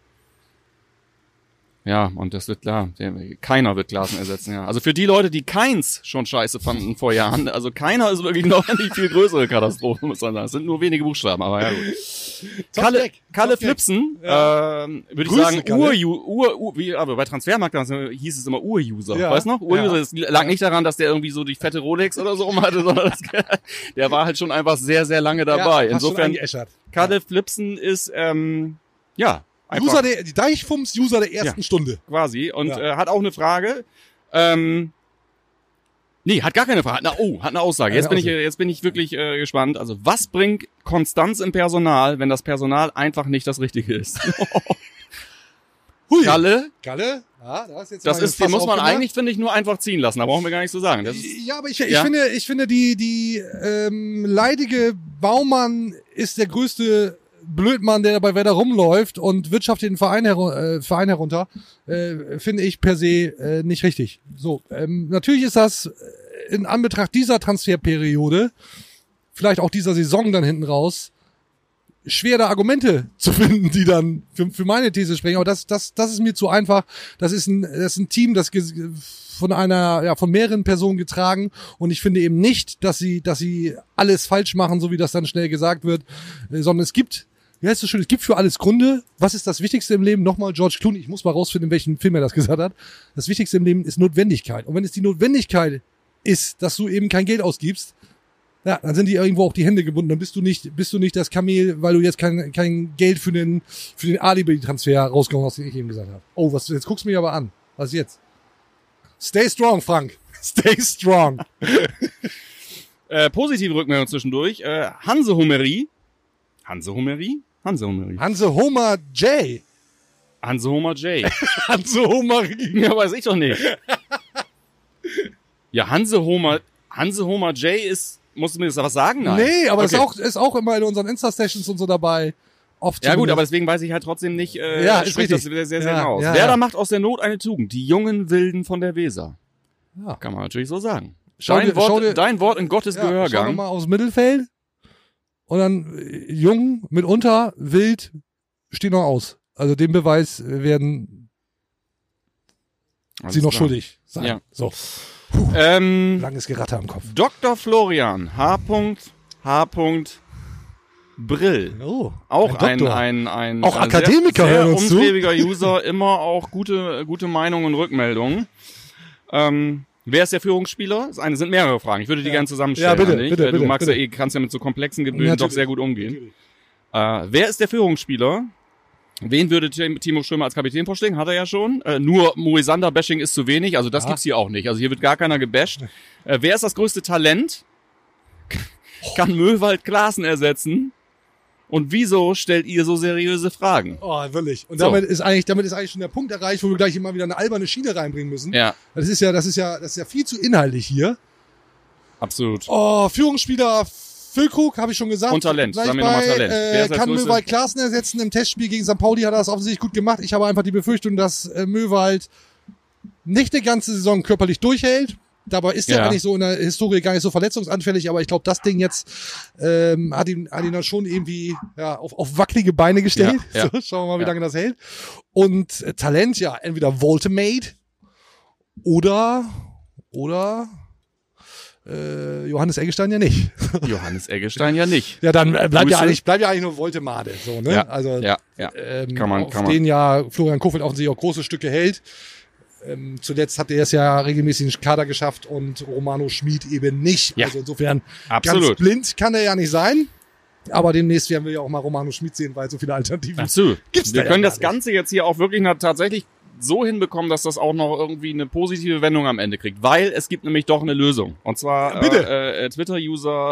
Ja, und das wird klar. Keiner wird Klaassen ersetzen, ja. Also für die Leute, die Keins schon scheiße fanden vor Jahren, also keiner ist wirklich noch eine viel größere Katastrophe, muss man sagen. Es sind nur wenige Buchstaben, aber ja gut. Kalle Flipsen, würde ich sagen, aber bei Transfermarkt hieß es immer Ur-User, weißt du noch? Ur-User, es lag nicht daran, dass der irgendwie so die fette Rolex oder so rum hatte, sondern der war halt schon einfach sehr, sehr lange dabei. Insofern, Kalle Flipsen ist, einfach. Die Deichfums-User der ersten Stunde. Quasi. Und hat auch eine Frage. Nee, hat gar keine Frage. Hat eine Aussage. Jetzt bin ich wirklich gespannt. Also, was bringt Konstanz im Personal, wenn das Personal einfach nicht das Richtige ist? Kalle? Ja, den muss man eigentlich, finde ich, nur einfach ziehen lassen. Da brauchen wir gar nicht so sagen. Aber ich finde, die leidige Baumann ist der größte Blödmann, der bei Werder rumläuft und wirtschaftet den Verein herunter, finde ich per se nicht richtig. So, natürlich ist das in Anbetracht dieser Transferperiode, vielleicht auch dieser Saison dann hinten raus, schwer da Argumente zu finden, die dann für meine These sprechen. Aber das ist mir zu einfach. Das ist ein Team, das von mehreren Personen getragen, und ich finde eben nicht, dass sie alles falsch machen, so wie das dann schnell gesagt wird, sondern es gibt für alles Gründe. Was ist das Wichtigste im Leben? Nochmal George Clooney. Ich muss mal rausfinden, in welchem Film er das gesagt hat. Das Wichtigste im Leben ist Notwendigkeit. Und wenn es die Notwendigkeit ist, dass du eben kein Geld ausgibst, ja, dann sind dir irgendwo auch die Hände gebunden. Dann bist du nicht das Kamel, weil du jetzt kein Geld für den Alibi-Transfer rausgehauen hast, den ich eben gesagt habe. Oh, jetzt guckst du mich aber an. Was jetzt? Stay strong, Frank. Stay strong. Positive Rückmeldung zwischendurch. Hanse Homer J. Hanse Homer J. Ja, weiß ich doch nicht. Ja, Hanse Homer J ist, musst du mir das was sagen? Nein. Nee, aber ist auch immer in unseren Insta-Sessions und so dabei. Oft ja gut, aber deswegen weiß ich halt trotzdem nicht, spricht das sehr, sehr aus. Werder macht aus der Not eine Tugend. Die jungen Wilden von der Weser. Ja. Kann man natürlich so sagen. Dein Wort in Gottes Gehörgang. Schau mal aus Mittelfeld. Und dann jung, mitunter, wild, stehen noch aus. Also den Beweis werden sie noch schuldig sein. Ja. So. Langes Geratter am Kopf. Dr. Florian H. Brill. Oh, auch ein auch Akademiker, sehr umtriebiger User, immer auch gute Meinungen und Rückmeldungen. Wer ist der Führungsspieler? Das sind mehrere Fragen. Ich würde die gerne zusammenstellen. Ja, bitte, nicht? bitte, Du magst bitte. ja kannst ja mit so komplexen Gebilden doch sehr gut umgehen. Wer ist der Führungsspieler? Wen würde Timo Stürmer als Kapitän vorschlagen? Hat er ja schon. Nur Moisander-Bashing ist zu wenig. Also das gibt's hier auch nicht. Also hier wird gar keiner gebasht. Wer ist das größte Talent? Kann Möwald Klaassen ersetzen? Und wieso stellt ihr so seriöse Fragen? Oh, wirklich. Und So. damit ist eigentlich schon der Punkt erreicht, wo wir gleich immer wieder eine alberne Schiene reinbringen müssen. Ja, Das ist ja viel zu inhaltlich hier. absolut. Oh, Führungsspieler Füllkrug, habe ich schon gesagt. Und Talent. Gleich Sagen wir nochmal bei, Talent. Wer ist als kann größte- Möwald Klaassen ersetzen. Im Testspiel gegen St. Pauli hat er das offensichtlich gut gemacht. Ich habe einfach die Befürchtung, dass Möwald nicht die ganze Saison körperlich durchhält. Dabei ist er Ja. eigentlich so in der Historie gar nicht so verletzungsanfällig, aber ich glaube, das Ding jetzt hat ihn dann schon irgendwie auf wackelige Beine gestellt. Ja, ja. So, schauen wir mal, wie Ja. lange das hält. Und Talent, ja, entweder Voltemade oder Johannes Eggestein ja nicht. Johannes Eggestein ja nicht. Ja, dann bleibt ja Grüße. eigentlich nur Voltemade. So, ne? Ja, Also ja. Kann man. den ja Florian Kofeld offensichtlich auch große Stücke hält. Zuletzt hat er es ja regelmäßig in den Kader geschafft und Romano Schmid eben nicht. Ja. Also insofern Absolut. ganz blind kann er ja nicht sein. Aber demnächst werden wir ja auch mal Romano Schmid sehen, weil so viele Alternativen Absolut. gibt's Wir da können ja das gar nicht. Ganze jetzt hier auch wirklich tatsächlich so hinbekommen, dass das auch noch irgendwie eine positive Wendung am Ende kriegt. Weil es gibt nämlich doch eine Lösung. Und zwar Bitte. Twitter-User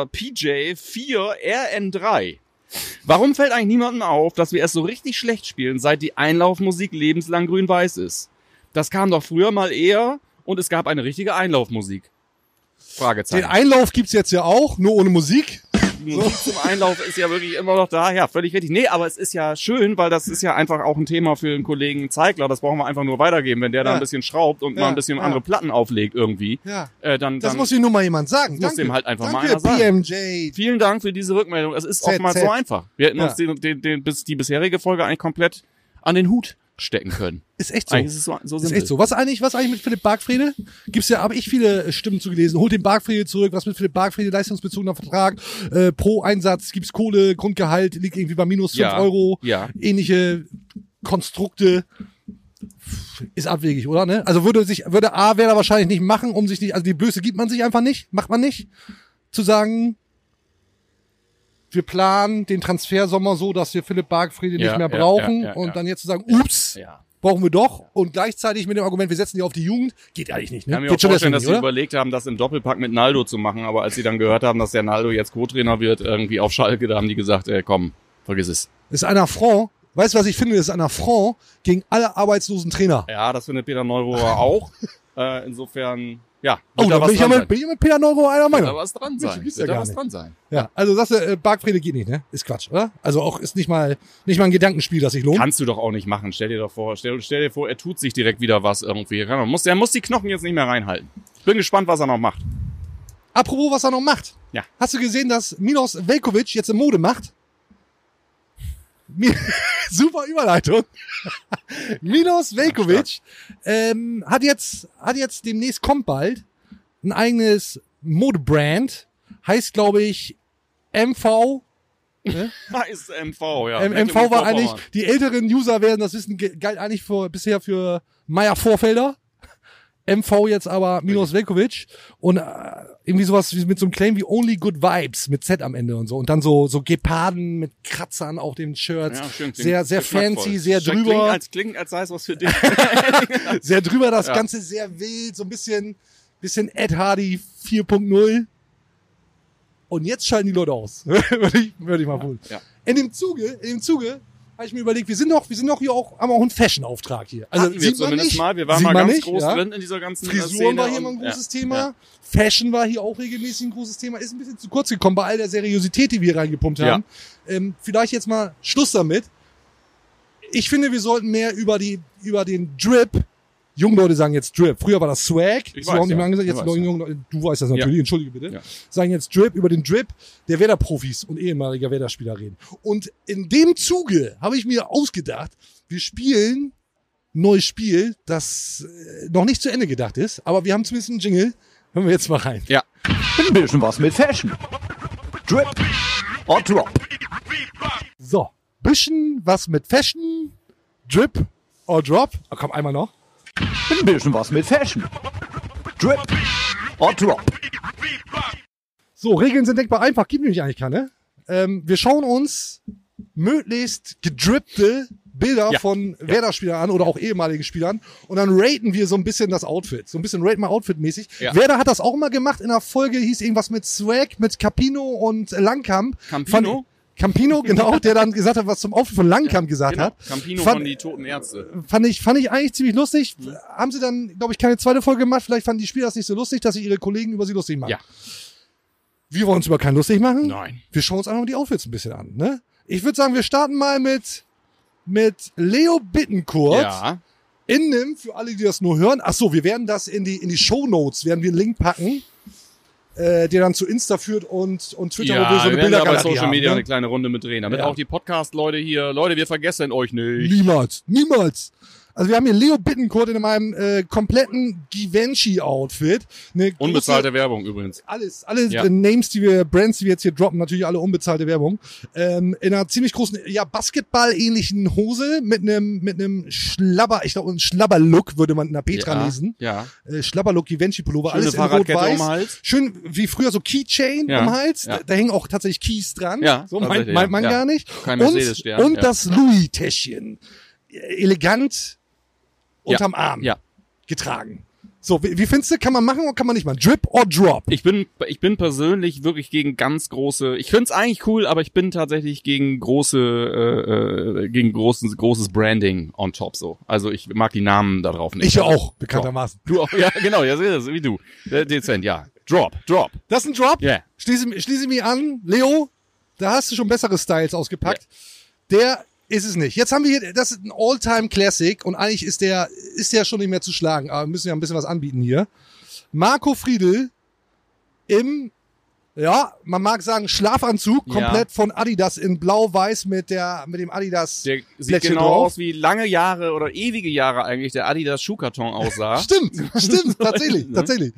PJ4RN3. Warum fällt eigentlich niemandem auf, dass wir es so richtig schlecht spielen, seit die Einlaufmusik lebenslang grün-weiß ist? Das kam doch früher mal eher und es gab eine richtige Einlaufmusik. Fragezeichen. Den Einlauf gibt's jetzt ja auch, nur ohne Musik. Die Musik zum Einlauf ist ja wirklich immer noch da. Ja, völlig richtig. Nee, aber es ist ja schön, weil das ist ja einfach auch ein Thema für den Kollegen Zeigler. Das brauchen wir einfach nur weitergeben. Wenn der da Ja. ein bisschen schraubt und mal ein bisschen andere Platten auflegt irgendwie, Ja. dann Das muss ihm nur mal jemand sagen. muss dem halt einfach mal Danke, einer sagen. PMJ. vielen Dank für diese Rückmeldung. Es ist ZZ. oftmals so einfach. Wir hätten Ja. uns die bisherige Folge eigentlich komplett an den Hut stecken können. Ist echt so. Eigentlich ist es so Das ist simpel. echt so. Was eigentlich mit Philipp Bargfrede? Habe ich viele Stimmen zugelesen. Holt den Bargfrede zurück. Was mit Philipp Bargfrede? Leistungsbezogener Vertrag. Pro Einsatz gibt's Kohle. Grundgehalt liegt irgendwie bei minus 5 Ja. Euro. Ja. Ähnliche Konstrukte. Ist abwegig, oder? Ne? Also würde er wahrscheinlich nicht machen, also die Blöße gibt man sich einfach nicht. Macht man nicht. Zu sagen, wir planen den Transfersommer so, dass wir Philipp Bargfrede nicht Ja, mehr ja, brauchen. ja, ja, und ja. dann jetzt zu sagen, ups, Ja. brauchen wir doch. Und gleichzeitig mit dem Argument, wir setzen die auf die Jugend, geht eigentlich nicht. Ich kann Ne? mir auch Geht schon vorstellen, dass deswegen sie nicht, oder? überlegt haben, das im Doppelpack mit Naldo zu machen, aber als sie dann gehört haben, dass der Naldo jetzt Co-Trainer wird, irgendwie auf Schalke, da haben die gesagt, komm, vergiss es. Das ist ein Affront. Weißt du, was ich finde? Das ist ein Affront gegen alle arbeitslosen Trainer. Ja, das findet Peter Neurohrer auch. Insofern, ja. Oh, wird da was bin ich dran ja sein. mit Peter Neuro einer Wird da Meinung. was dran Mensch, sein. gibt's Wird ja da gar was nicht. dran sein. Ja, also sagst du, Bargfrede geht nicht, ne? Ist Quatsch, oder? Also auch ist nicht mal ein Gedankenspiel, das sich lohnt. Kannst du doch auch nicht machen. Stell dir vor, er tut sich direkt wieder was irgendwie. Er muss die Knochen jetzt nicht mehr reinhalten. Bin gespannt, was er noch macht. Apropos, was er noch macht. Ja. Hast du gesehen, dass Milos Veljković jetzt eine Mode macht? Super Überleitung. Milos Veljković hat jetzt demnächst kommt bald ein eigenes Modebrand. Heißt, glaube ich, MV. Ne? Heißt MV, ja. MV war eigentlich, die älteren User werden das wissen, galt eigentlich bisher für Meier Vorfelder. MV jetzt aber Milos Veljković und irgendwie sowas wie mit so einem Claim wie Only Good Vibes mit Z am Ende und so und dann so Geparden mit Kratzern auf den Shirts, Ja, schön, sehr fancy, sehr drüber, Klingt als sei es was für dich. sehr drüber, das Ja. Ganze sehr wild, so ein bisschen Ed Hardy 4.0 und jetzt schalten die Leute aus, würde ich mal wohl. Ja. In dem Zuge habe ich mir überlegt, wir sind doch hier auch, haben auch einen Fashion-Auftrag hier. Also Hatten wir zumindest mal. Wir waren sieht mal man ganz nicht, groß ja. drin in dieser ganzen Frisuren Szene. war hier immer ein großes Thema. Fashion war hier auch regelmäßig ein großes Thema. Ist ein bisschen zu kurz gekommen bei all der Seriosität, die wir hier reingepumpt haben. Vielleicht jetzt mal Schluss damit. Ich finde, wir sollten mehr über den Drip. Junge Leute sagen jetzt Drip. Früher war das Swag. Ich Das ist auch weiß, nicht mehr ja. angesagt. Jetzt Ich weiß, junge Leute, du weißt das natürlich. Ja. Entschuldige bitte. Ja. Sagen jetzt Drip, über den Drip der Werder-Profis und ehemaliger Werder-Spieler reden. Und in dem Zuge habe ich mir ausgedacht, wir spielen ein neues Spiel, das noch nicht zu Ende gedacht ist, aber wir haben zumindest einen Jingle. Hören wir jetzt mal rein. Ja. Ein bisschen was mit Fashion. Drip or Drop. So, bisschen was mit Fashion, Drip or Drop. Oh, komm, einmal noch. Ein bisschen was mit Fashion. Drip or Drop. So, Regeln sind denkbar einfach, gibt nämlich eigentlich keine. Wir schauen uns möglichst gedrippte Bilder von Werder-Spielern an oder auch ehemaligen Spielern und dann raten wir so ein bisschen das Outfit. So ein bisschen Rate mal Outfit-mäßig. Ja. Werder hat das auch mal gemacht in der Folge, hieß irgendwas mit Swag, mit Capino und Langkamp. Campino, genau, der dann gesagt hat, was zum Outfit von Langkamp gesagt hat. Campino von die Toten Ärzte. Fand ich eigentlich ziemlich lustig. Haben sie dann, glaube ich, keine zweite Folge gemacht. Vielleicht fanden die Spieler das nicht so lustig, dass sich ihre Kollegen über sie lustig machen. Ja. Wir wollen uns über keinen lustig machen. Nein. Wir schauen uns einfach mal die Outfits ein bisschen an, ne? Ich würde sagen, wir starten mal mit Leo Bittencourt. Ja. In dem, für alle, die das nur hören. Ach so, wir werden das in die Shownotes, werden wir einen Link packen, der dann zu Insta führt und Twitter, ja, wo wir so eine Bildergalerie bei Social Media haben, ne? eine kleine Runde mitdrehen. Damit auch die Podcast-Leute hier, Leute, wir vergessen euch nicht. Niemals. Also wir haben hier Leo Bittencourt in meinem kompletten Givenchy-Outfit. Unbezahlte Werbung übrigens. Alles Names, Brands, die wir jetzt hier droppen, natürlich alle unbezahlte Werbung. In einer ziemlich großen, Basketball-ähnlichen Hose mit einem Schlabber, ich glaube, ein Schlabber-Look würde man in der Petra lesen. Ja. Schlabber-Look, Givenchy-Pullover, alles in Rot-Weiß. Um Hals. Schön, wie früher so Keychain um den Hals. Ja. Da hängen auch tatsächlich Keys dran. Ja, so meint man gar nicht. Kein Mercedes-Stern. Und das Louis-Täschchen. Elegant unterm Arm getragen. So, wie findest du, kann man machen oder kann man nicht machen? Drip or Drop? Ich bin persönlich wirklich gegen ganz große, ich find's eigentlich cool, aber ich bin tatsächlich gegen großes Branding on top so. Also ich mag die Namen da drauf nicht. Ich auch, bekanntermaßen. Du auch, ja genau, ja, wie du. Dezent, ja. Drop. Das ist ein Drop? Ja. Yeah. Schließe mich an. Leo, da hast du schon bessere Styles ausgepackt. Yeah. Der ist es nicht. Jetzt haben wir hier, das ist ein All-Time-Classic und eigentlich ist der schon nicht mehr zu schlagen, aber wir müssen ja ein bisschen was anbieten hier. Marco Friedl im, man mag sagen, Schlafanzug, komplett von Adidas in blau-weiß mit dem Adidas. Der sieht genau drauf aus, wie lange Jahre oder ewige Jahre eigentlich der Adidas Schuhkarton aussah. Stimmt, tatsächlich.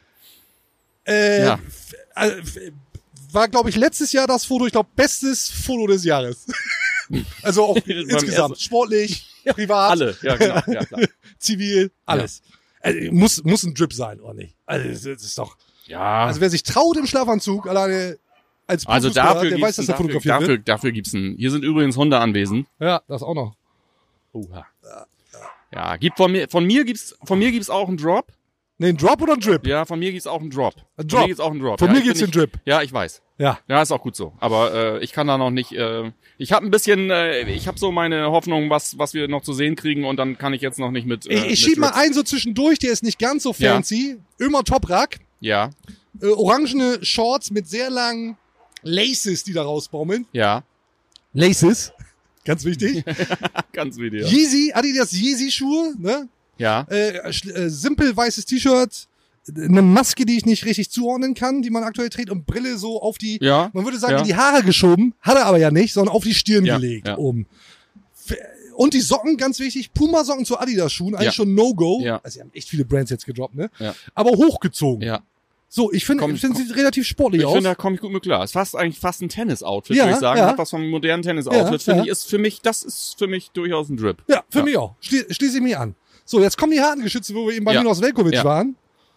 War, glaube ich, letztes Jahr das Foto, bestes Foto des Jahres. Also auch insgesamt, sportlich, privat. Alle, ja genau, ja klar. Zivil, alles. Ja. Also, muss ein Drip sein, oder nicht? Also das ist doch... Ja. Also wer sich traut im Schlafanzug, alleine als Profispieler, der weiß, dass der fotografiert wird. Dafür gibt's hier sind übrigens Hunde anwesend. Ja, das auch noch. Oha. Ja, von mir gibt's auch einen Drop. Nee, ein Drop oder ein Drip? Ja, von mir gibt's auch einen Drop. Von mir gibt's den Drip. Ja, ich weiß. Ja, ist auch gut so. Aber ich kann da noch nicht. Ich habe so meine Hoffnung, was wir noch zu sehen kriegen, und dann kann ich jetzt noch nicht mit. Ich schieb mal einen so zwischendurch, der ist nicht ganz so fancy. Ömer Toprak. Ja. Orangene Shorts mit sehr langen Laces, die da rausbaumeln. Ja. Laces, ganz wichtig. Ganz wichtig. Ja. Yeezy, Adidas Yeezy Schuhe, ne? Ja. Simpel weißes T-Shirt, eine Maske, die ich nicht richtig zuordnen kann, die man aktuell trägt, und Brille so auf die, man würde sagen, in die Haare geschoben, hat er aber ja nicht, sondern auf die Stirn gelegt oben. Und die Socken, ganz wichtig, Puma-Socken zu Adidas-Schuhen, eigentlich schon No-Go. Ja. Also sie haben echt viele Brands jetzt gedroppt, ne? Ja. Aber hochgezogen. Ja. So, ich finde, sieht relativ sportlich aus. Ich finde, da komme ich gut mit klar. Ist fast ein Tennis-Outfit, würde ich sagen. Hat was vom modernen Tennis-Outfit. Das ist für mich durchaus ein Drip. Ja, für mich auch. Schließe ich mich an. So, jetzt kommen die harten Geschütze, wo wir eben bei Milos Veljković waren.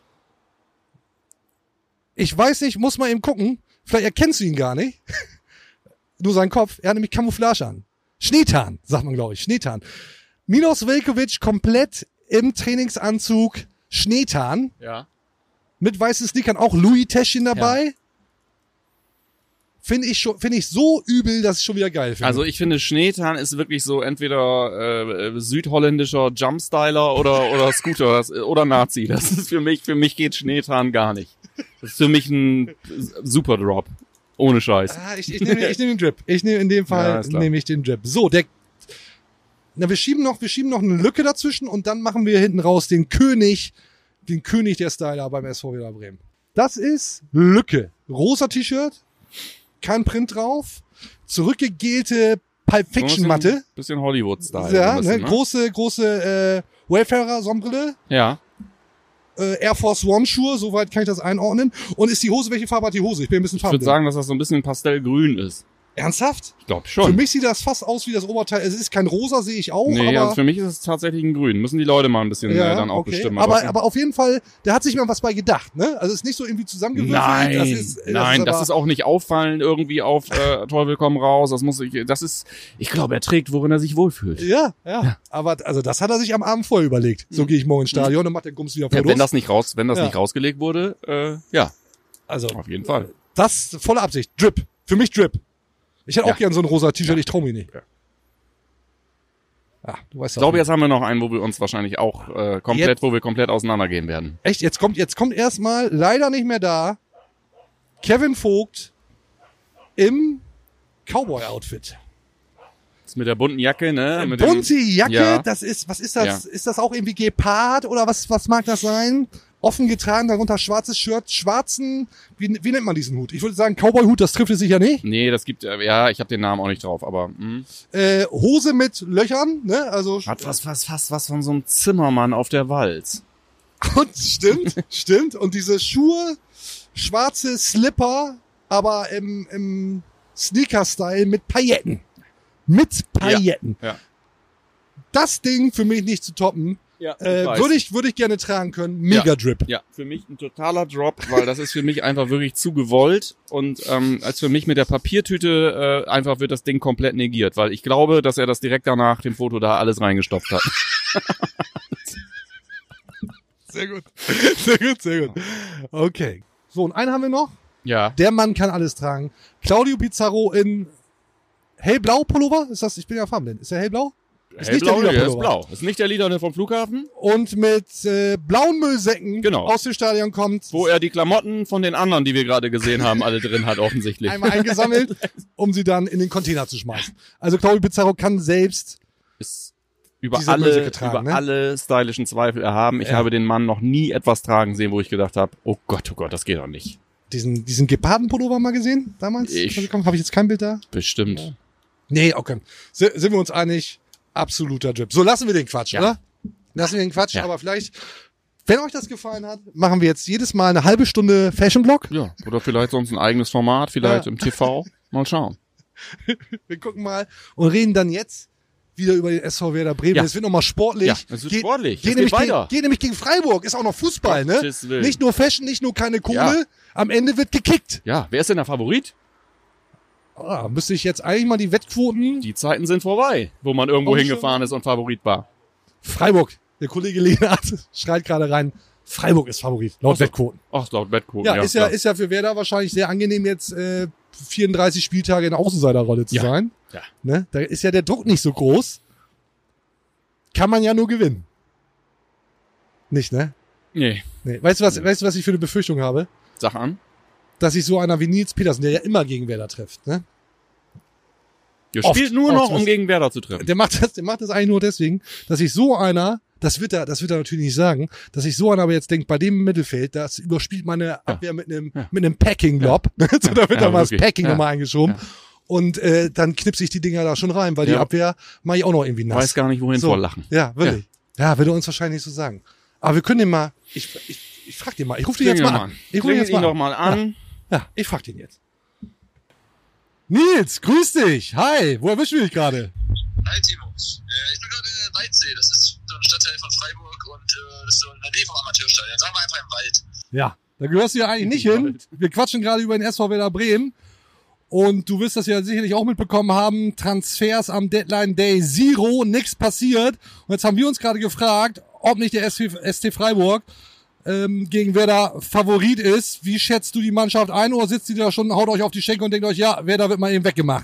Ich weiß nicht, muss mal eben gucken. Vielleicht erkennst du ihn gar nicht. Nur seinen Kopf. Er hat nämlich Camouflage an. Schneetarn, sagt man, glaube ich. Schneetarn. Milos Veljković komplett im Trainingsanzug. Schneetarn. Ja. Mit weißen Sneakern, auch Louis-Täschchen dabei. Ja. Finde ich so übel, dass ich schon wieder geil finde. Also ich finde, Schneetarn ist wirklich so entweder südholländischer Jumpstyler oder Scooter oder Nazi. Das ist für mich geht Schneetarn gar nicht. Das ist für mich ein super Drop. Ohne Scheiß. Ich nehme den Drip. In dem Fall nehme ich den Drip. So, wir schieben noch eine Lücke dazwischen und dann machen wir hinten raus den König der Styler beim SV Werder Bremen. Das ist Lücke. Rosa T-Shirt, kein Print drauf, zurückgegelte Pulp Fiction Matte. Bisschen Hollywood-Style. Ja, ne? Große Wayfarer-Sonnenbrille. Ja. Air Force One Schuhe, soweit kann ich das einordnen. Und ist die Hose, welche Farbe hat die Hose? Ich bin ein bisschen farbenblind. Ich würde sagen, dass das so ein bisschen Pastellgrün ist. Ernsthaft? Ich glaube schon. Für mich sieht das fast aus wie das Oberteil. Es ist kein rosa, sehe ich auch. Nee, aber also für mich ist es tatsächlich ein Grün. Müssen die Leute mal ein bisschen dann auch bestimmen. Aber auf jeden Fall, der hat sich mal was bei gedacht, ne? Also es ist nicht so irgendwie zusammengewürfelt. Nein, das ist auch nicht auffallen irgendwie auf Teufel komm raus. Ich glaube, er trägt, worin er sich wohlfühlt. Ja. Aber also das hat er sich am Abend vorher überlegt. So gehe ich morgen ins Stadion und mache den Gums wieder Fotos. Wenn das nicht rausgelegt wurde, also auf jeden Fall. Das volle Absicht. Drip. Für mich Drip. Ich hätte auch gern so ein rosa T-Shirt, ich trau mich nicht. Ja. Ja, du weißt ich glaube, jetzt haben wir noch einen, wo wir uns wahrscheinlich auch wo wir komplett auseinandergehen werden. Echt? Jetzt kommt erstmal, leider nicht mehr da, Kevin Vogt im Cowboy-Outfit. Das mit der bunten Jacke, ne? Bunte Jacke, ja. was ist das? Ja. Ist das auch irgendwie Gepard oder was mag das sein? Offen getragen, darunter schwarzes Shirt, wie nennt man diesen Hut? Ich würde sagen Cowboy-Hut, das trifft es sicher nicht. Nee, das gibt, ich habe den Namen auch nicht drauf, aber... Hose mit Löchern, ne? Also hat was von so einem Zimmermann auf der Walz. Und stimmt. Und diese Schuhe, schwarze Slipper, aber im Sneaker-Style mit Pailletten. Ja. Das Ding für mich nicht zu toppen. Ja, würde ich gerne tragen können. Mega Drip. Ja, für mich ein totaler Drop, weil das ist für mich einfach wirklich zu gewollt und als für mich mit der Papiertüte einfach wird das Ding komplett negiert, weil ich glaube, dass er das direkt danach dem Foto da alles reingestopft hat. Sehr gut. Okay. So, und einen haben wir noch. Ja. Der Mann kann alles tragen. Claudio Pizarro in hellblau Pullover. Ist das? Ich bin ja farbenblind. Ist der hellblau? Ist nicht der Lieder ist blau. Ist nicht der Lieder vom Flughafen. Und mit blauen Müllsäcken aus dem Stadion kommt. Wo er die Klamotten von den anderen, die wir gerade gesehen haben, alle drin hat offensichtlich. Einmal eingesammelt, um sie dann in den Container zu schmeißen. Also Claudio Pizarro kann selbst über alle stylischen Zweifel erhaben. Ich habe den Mann noch nie etwas tragen sehen, wo ich gedacht habe, oh Gott, das geht doch nicht. Diesen Gepardenpullover mal gesehen damals? Habe ich jetzt kein Bild da? Bestimmt. Ja. Nee, okay. Sind wir uns einig? Absoluter Drip. So, lassen wir den Quatsch, oder? Lassen wir den Quatsch, aber vielleicht, wenn euch das gefallen hat, machen wir jetzt jedes Mal eine halbe Stunde Fashion-Blog. Ja, oder vielleicht sonst ein eigenes Format, vielleicht im TV. Mal schauen. Wir gucken mal und reden dann jetzt wieder über den SV Werder Bremen. Ja. Es wird nochmal sportlich. Ja, es wird sportlich. Geht nämlich gegen Freiburg. Ist auch noch Fußball, ne? Nicht nur Fashion, nicht nur keine Kohle. Ja. Am Ende wird gekickt. Ja, wer ist denn der Favorit? Müsste ich jetzt eigentlich mal die Wettquoten... Die Zeiten sind vorbei, wo man irgendwo hingefahren ist und Favorit war. Freiburg. Der Kollege Lehnert schreit gerade rein, Freiburg ist Favorit, laut Wettquoten. Ach, laut Wettquoten, ja. Ist ja für Werder wahrscheinlich sehr angenehm, jetzt 34 Spieltage in der Außenseiterrolle zu sein. Ja. Ne? Da ist ja der Druck nicht so groß. Kann man ja nur gewinnen. Nicht, ne? Nee. Weißt du, was ich für eine Befürchtung habe? Sag an. Dass sich so einer wie Nils Petersen, der ja immer gegen Werder trifft, ne? Der spielt nur noch, um gegen Werder zu treffen. Der macht das eigentlich nur deswegen, dass sich so einer, das wird er natürlich nicht sagen, dass sich so einer aber jetzt denkt, bei dem im Mittelfeld, das überspielt meine Abwehr mit einem Packing-Lob. So, da wird dann mal das Packing nochmal eingeschoben. Ja. Und dann knipse ich die Dinger da schon rein, weil die Abwehr mache ich auch noch irgendwie nass. Weiß gar nicht, wohin vor lachen. Ja, wirklich. Ja, würde uns wahrscheinlich nicht so sagen. Aber wir können den mal, ich frag den mal, ich rufe den jetzt mal an. Ich rufe ihn doch mal an. Ja, ich frag den jetzt. Nils, grüß dich. Hi, wo erwischen wir dich gerade? Hi, Timo. Ich bin gerade in Waldsee. Das ist so ein Stadtteil von Freiburg und das ist so in der Nähe vom Amateurstadion. Sagen wir einfach im Wald. Ja, da gehörst du ja eigentlich nicht hin. Wir quatschen gerade über den SV Werder Bremen. Und du wirst das ja sicherlich auch mitbekommen haben. Transfers am Deadline Day 0, nichts passiert. Und jetzt haben wir uns gerade gefragt, ob nicht der SC Freiburg gegen Werder Favorit ist. Wie schätzt du die Mannschaft ein oder sitzt ihr da schon, haut euch auf die Schenkel und denkt euch, ja, Werder wird mal eben weggemacht?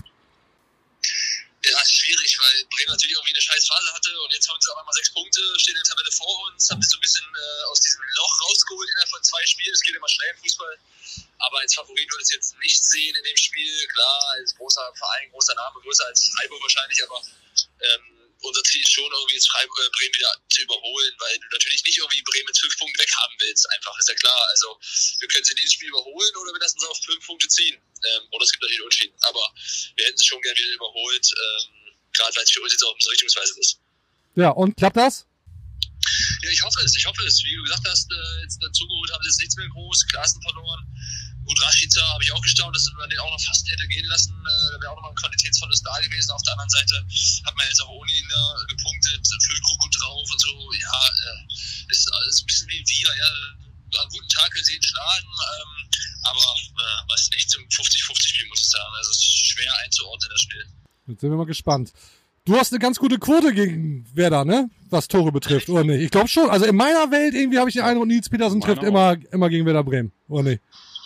Ja, schwierig, weil Bremen natürlich irgendwie eine scheiß Phase hatte und jetzt haben sie aber mal 6 Punkte, stehen in der Tabelle vor uns, haben sich so ein bisschen aus diesem Loch rausgeholt innerhalb von 2 Spielen. Es geht immer schnell im Fußball. Aber als Favorit würde ich es jetzt nicht sehen in dem Spiel. Klar, als großer Verein, großer Name, größer als Freiburg wahrscheinlich, aber unser Ziel ist schon irgendwie jetzt Bremen wieder zu überholen, weil du natürlich nicht irgendwie Bremen mit 5 Punkten weghaben willst. Einfach, ist ja klar. Also wir können sie in diesem Spiel überholen oder wir lassen sie auf 5 Punkte ziehen. Oder es gibt natürlich Unentschieden. Aber wir hätten sie schon gerne wieder überholt, gerade weil es für uns jetzt auch so richtungsweisend ist. Ja, und klappt das? Ja, ich hoffe es. Wie du gesagt hast, jetzt dazugeholt haben sie jetzt nichts mehr groß, Klaassen verloren. Gut, Rashica habe ich auch gestaunt, dass man den auch noch fast hätte gehen lassen. Da wäre auch nochmal ein Qualitätsverlust da gewesen. Auf der anderen Seite hat man jetzt auch ohne ihn gepunktet, Füllkrug gut drauf und so. Ja, ist alles ein bisschen wie wir. Ja. An guten Tag können sie ihn schlagen, aber was nicht zum 50-50-Spiel, muss ich sagen. Also es ist schwer einzuordnen, das Spiel. Jetzt sind wir mal gespannt. Du hast eine ganz gute Quote gegen Werder, ne? Was Tore betrifft, oder nicht? Ich glaube schon. Also in meiner Welt irgendwie habe ich den Eindruck, Nils Petersen trifft immer gegen Werder Bremen, oder nicht?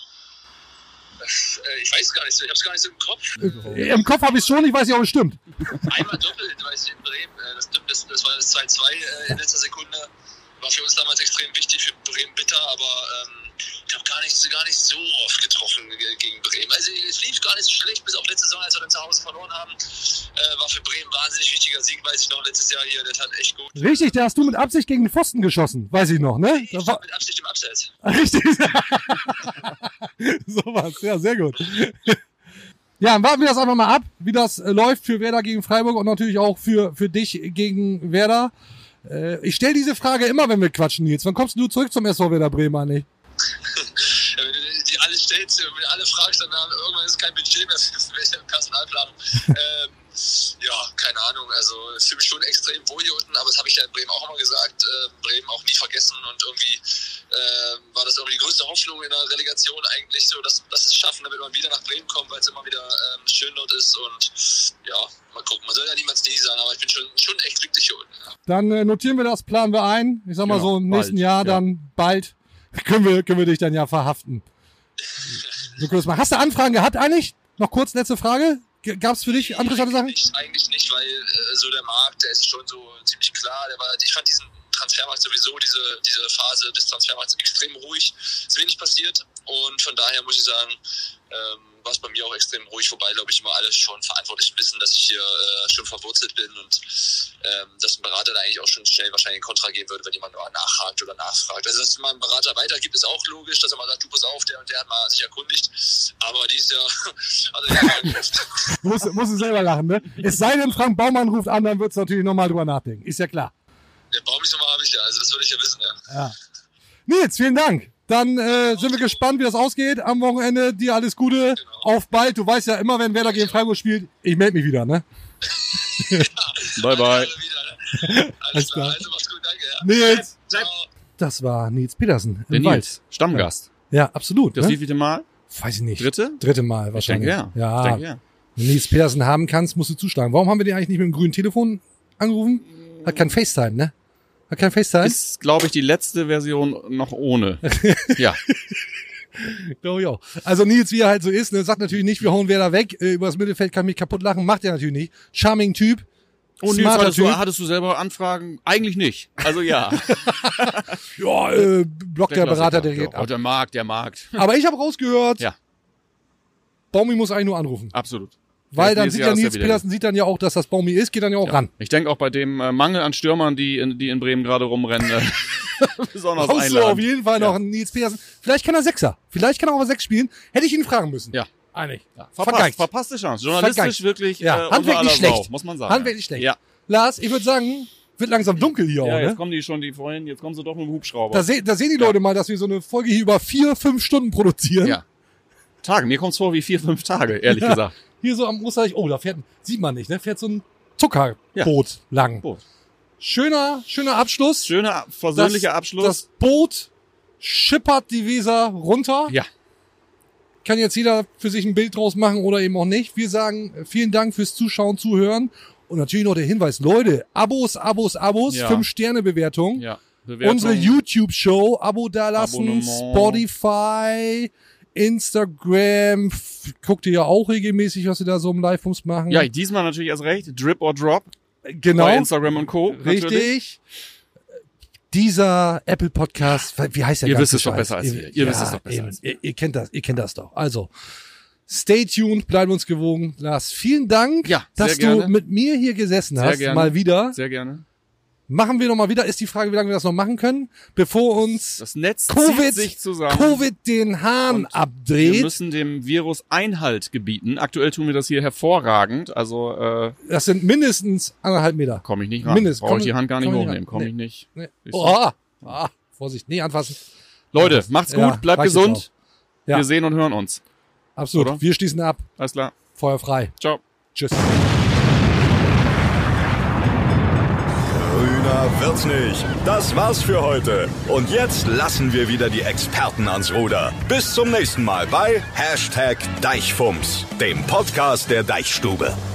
Ich weiß gar nicht so, ich habe es gar nicht so im Kopf. Im Kopf habe ich es schon, ich weiß nicht, ob es stimmt. Einmal doppelt, weiß ich, in Bremen. Das stimmt, das war das 2-2 in letzter Sekunde. War für uns damals extrem wichtig, für Bremen bitter, aber ich habe gar nicht so oft getroffen gegen Bremen. Also es lief gar nicht so schlecht, bis auf letzte Saison, als wir dann zu Hause verloren haben. War für Bremen ein wahnsinnig wichtiger Sieg, weiß ich noch, letztes Jahr hier, der tat echt gut. Richtig, da hast du mit Absicht gegen den Pfosten geschossen, weiß ich noch, ne? Ich war mit Absicht im Abseits. Richtig. Sowas, ja, sehr gut. Ja, dann warten wir das einfach mal ab, wie das läuft für Werder gegen Freiburg und natürlich auch für dich gegen Werder. Ich stelle diese Frage immer, wenn wir quatschen, Nils. Wann kommst du zurück zum SV Werder Bremen eigentlich? Ja, wenn du die alle stellst, wenn du alle fragst, dann irgendwann ist kein Budget mehr für Personalplanung. Ja, keine Ahnung. Also ich fühle mich schon extrem wohl hier unten, aber das habe ich ja in Bremen auch immer gesagt. Bremen auch nie vergessen und irgendwie war das irgendwie die größte Hoffnung in der Relegation eigentlich so, dass es schaffen, damit man wieder nach Bremen kommt, weil es immer wieder schön dort ist und ja, mal gucken. Man soll ja niemals nie sagen, aber ich bin schon echt glücklich hier unten. Ja. Dann notieren wir das, planen wir ein. Ich sag mal so im nächsten Jahr dann bald können wir dich dann ja verhaften. So kurz mal. Hast du Anfragen gehabt eigentlich? Noch kurz, letzte Frage. Gab es für dich andere Sachen? Eigentlich nicht, weil so der Markt, der ist schon so ziemlich klar. Ich fand diesen Transfermarkt sowieso, diese Phase des Transfermarkts extrem ruhig. Es ist wenig passiert und von daher muss ich sagen, war es bei mir auch extrem ruhig, wobei, glaube ich, immer alle schon Verantwortlichen wissen, dass ich hier schon verwurzelt bin und dass ein Berater da eigentlich auch schon schnell wahrscheinlich ein Kontra geben würde, wenn jemand nur nachhakt oder nachfragt. Also, dass man einen Berater weitergibt, ist auch logisch, dass er mal sagt, du pass auf, der und der hat mal sich erkundigt, aber die ist ja, Muss du selber lachen, ne? Es sei denn, Frank Baumann ruft an, dann wird es natürlich nochmal drüber nachdenken. Ist ja klar. Der Baumsnummer habe ich ja, also das würde ich ja wissen, ja. Nils, vielen Dank. Dann sind wir gespannt, wie das ausgeht am Wochenende. Dir alles Gute. Genau. Auf bald. Du weißt ja immer, wenn Werder gegen Freiburg spielt, ich melde mich wieder, ne? Ja, bye, bye. Alles klar. Also mach's gut, danke. Ja. Nils. Ciao. Das war Nils Petersen. Der Nils, Stammgast. Ja, absolut. Das ne? wievielte Mal? Weiß ich nicht. Dritte Mal wahrscheinlich. Ich denke, ja. Ich denke, ja. Wenn du Nils Petersen haben kannst, musst du zuschlagen. Warum haben wir den eigentlich nicht mit dem grünen Telefon angerufen? Hat kein FaceTime, ne? Hat kein FaceTime? Ist, glaube ich, die letzte Version noch ohne. Ja. Glaube ich auch. Also Nils, wie er halt so ist, ne, sagt natürlich nicht, wir hauen Werder weg. Über das Mittelfeld kann mich kaputt lachen. Macht er natürlich nicht. Charming Typ. Und Nils, hattest du selber Anfragen? Eigentlich nicht. Also ja. Ja, blockt der Berater direkt ab. Der Markt. Aber ich habe rausgehört, ja. Baumi muss eigentlich nur anrufen. Absolut. Weil dann sieht ja Nils Petersen sieht dann ja auch, dass das Baumi ist, geht dann ja auch ran. Ich denke auch bei dem Mangel an Stürmern, die in Bremen gerade rumrennen, besonders einladen. Auf jeden Fall noch einen Nils Petersen. Vielleicht kann er Sechser. Vielleicht kann er auch mal 6 spielen. Hätte ich ihn fragen müssen. Ja. Eigentlich. Ja. Verpasste Chance. Journalistisch wirklich handwerklich schlecht. Sau, muss man sagen. Handwerklich schlecht. Ja. Lars, ich würde sagen, wird langsam dunkel hier ja, auch, jetzt ne? kommen jetzt kommen sie doch mit dem Hubschrauber. Da sehen die Leute mal, dass wir so eine Folge hier über 4-5 Stunden produzieren. Ja. Tage. Mir kommt's vor wie 4-5 Tage, ehrlich gesagt. Hier so am Osterreich, da sieht man nicht, ne? Fährt so ein Zuckerboot lang. Boot. Schöner Abschluss. Schöner, versöhnlicher Abschluss. Das Boot schippert die Weser runter. Ja. Kann jetzt jeder für sich ein Bild draus machen oder eben auch nicht. Wir sagen vielen Dank fürs Zuschauen, Zuhören. Und natürlich noch der Hinweis, Leute, Abos, ja. 5-Sterne-Bewertung. Ja. Bewertung. Unsere YouTube-Show, Abo dalassen, Abonnement. Spotify, Instagram, guckt ihr ja auch regelmäßig, was sie da so im Livebums machen. Ja, diesmal natürlich erst recht. Drip or Drop. Genau. Bei Instagram und Co. Richtig. Natürlich. Dieser Apple Podcast, wie heißt der Ihr ganze wisst es doch besser als wir. Ihr wisst es doch besser als wir. Ihr kennt das doch. Also, stay tuned, bleiben uns gewogen. Lars, vielen Dank, dass du mit mir hier gesessen hast. Gerne. Mal wieder. Sehr gerne. Machen wir noch mal wieder. Ist die Frage, wie lange wir das noch machen können, bevor uns das Netz zieht sich zusammen. Covid den Hahn abdreht. Wir müssen dem Virus Einhalt gebieten. Aktuell tun wir das hier hervorragend. Also das sind mindestens 1,5 Meter. Komme ich nicht ran. Brauche ich die Hand gar nicht hochnehmen. Komme ich nicht. Nee. Vorsicht, nee, anfassen. Leute, macht's gut, bleibt gesund. Ja. Wir sehen und hören uns. Absolut. Oder? Wir schließen ab. Alles klar. Feuer frei. Ciao. Tschüss. Grüner wird's nicht. Das war's für heute. Und jetzt lassen wir wieder die Experten ans Ruder. Bis zum nächsten Mal bei #Deichfumms, dem Podcast der Deichstube.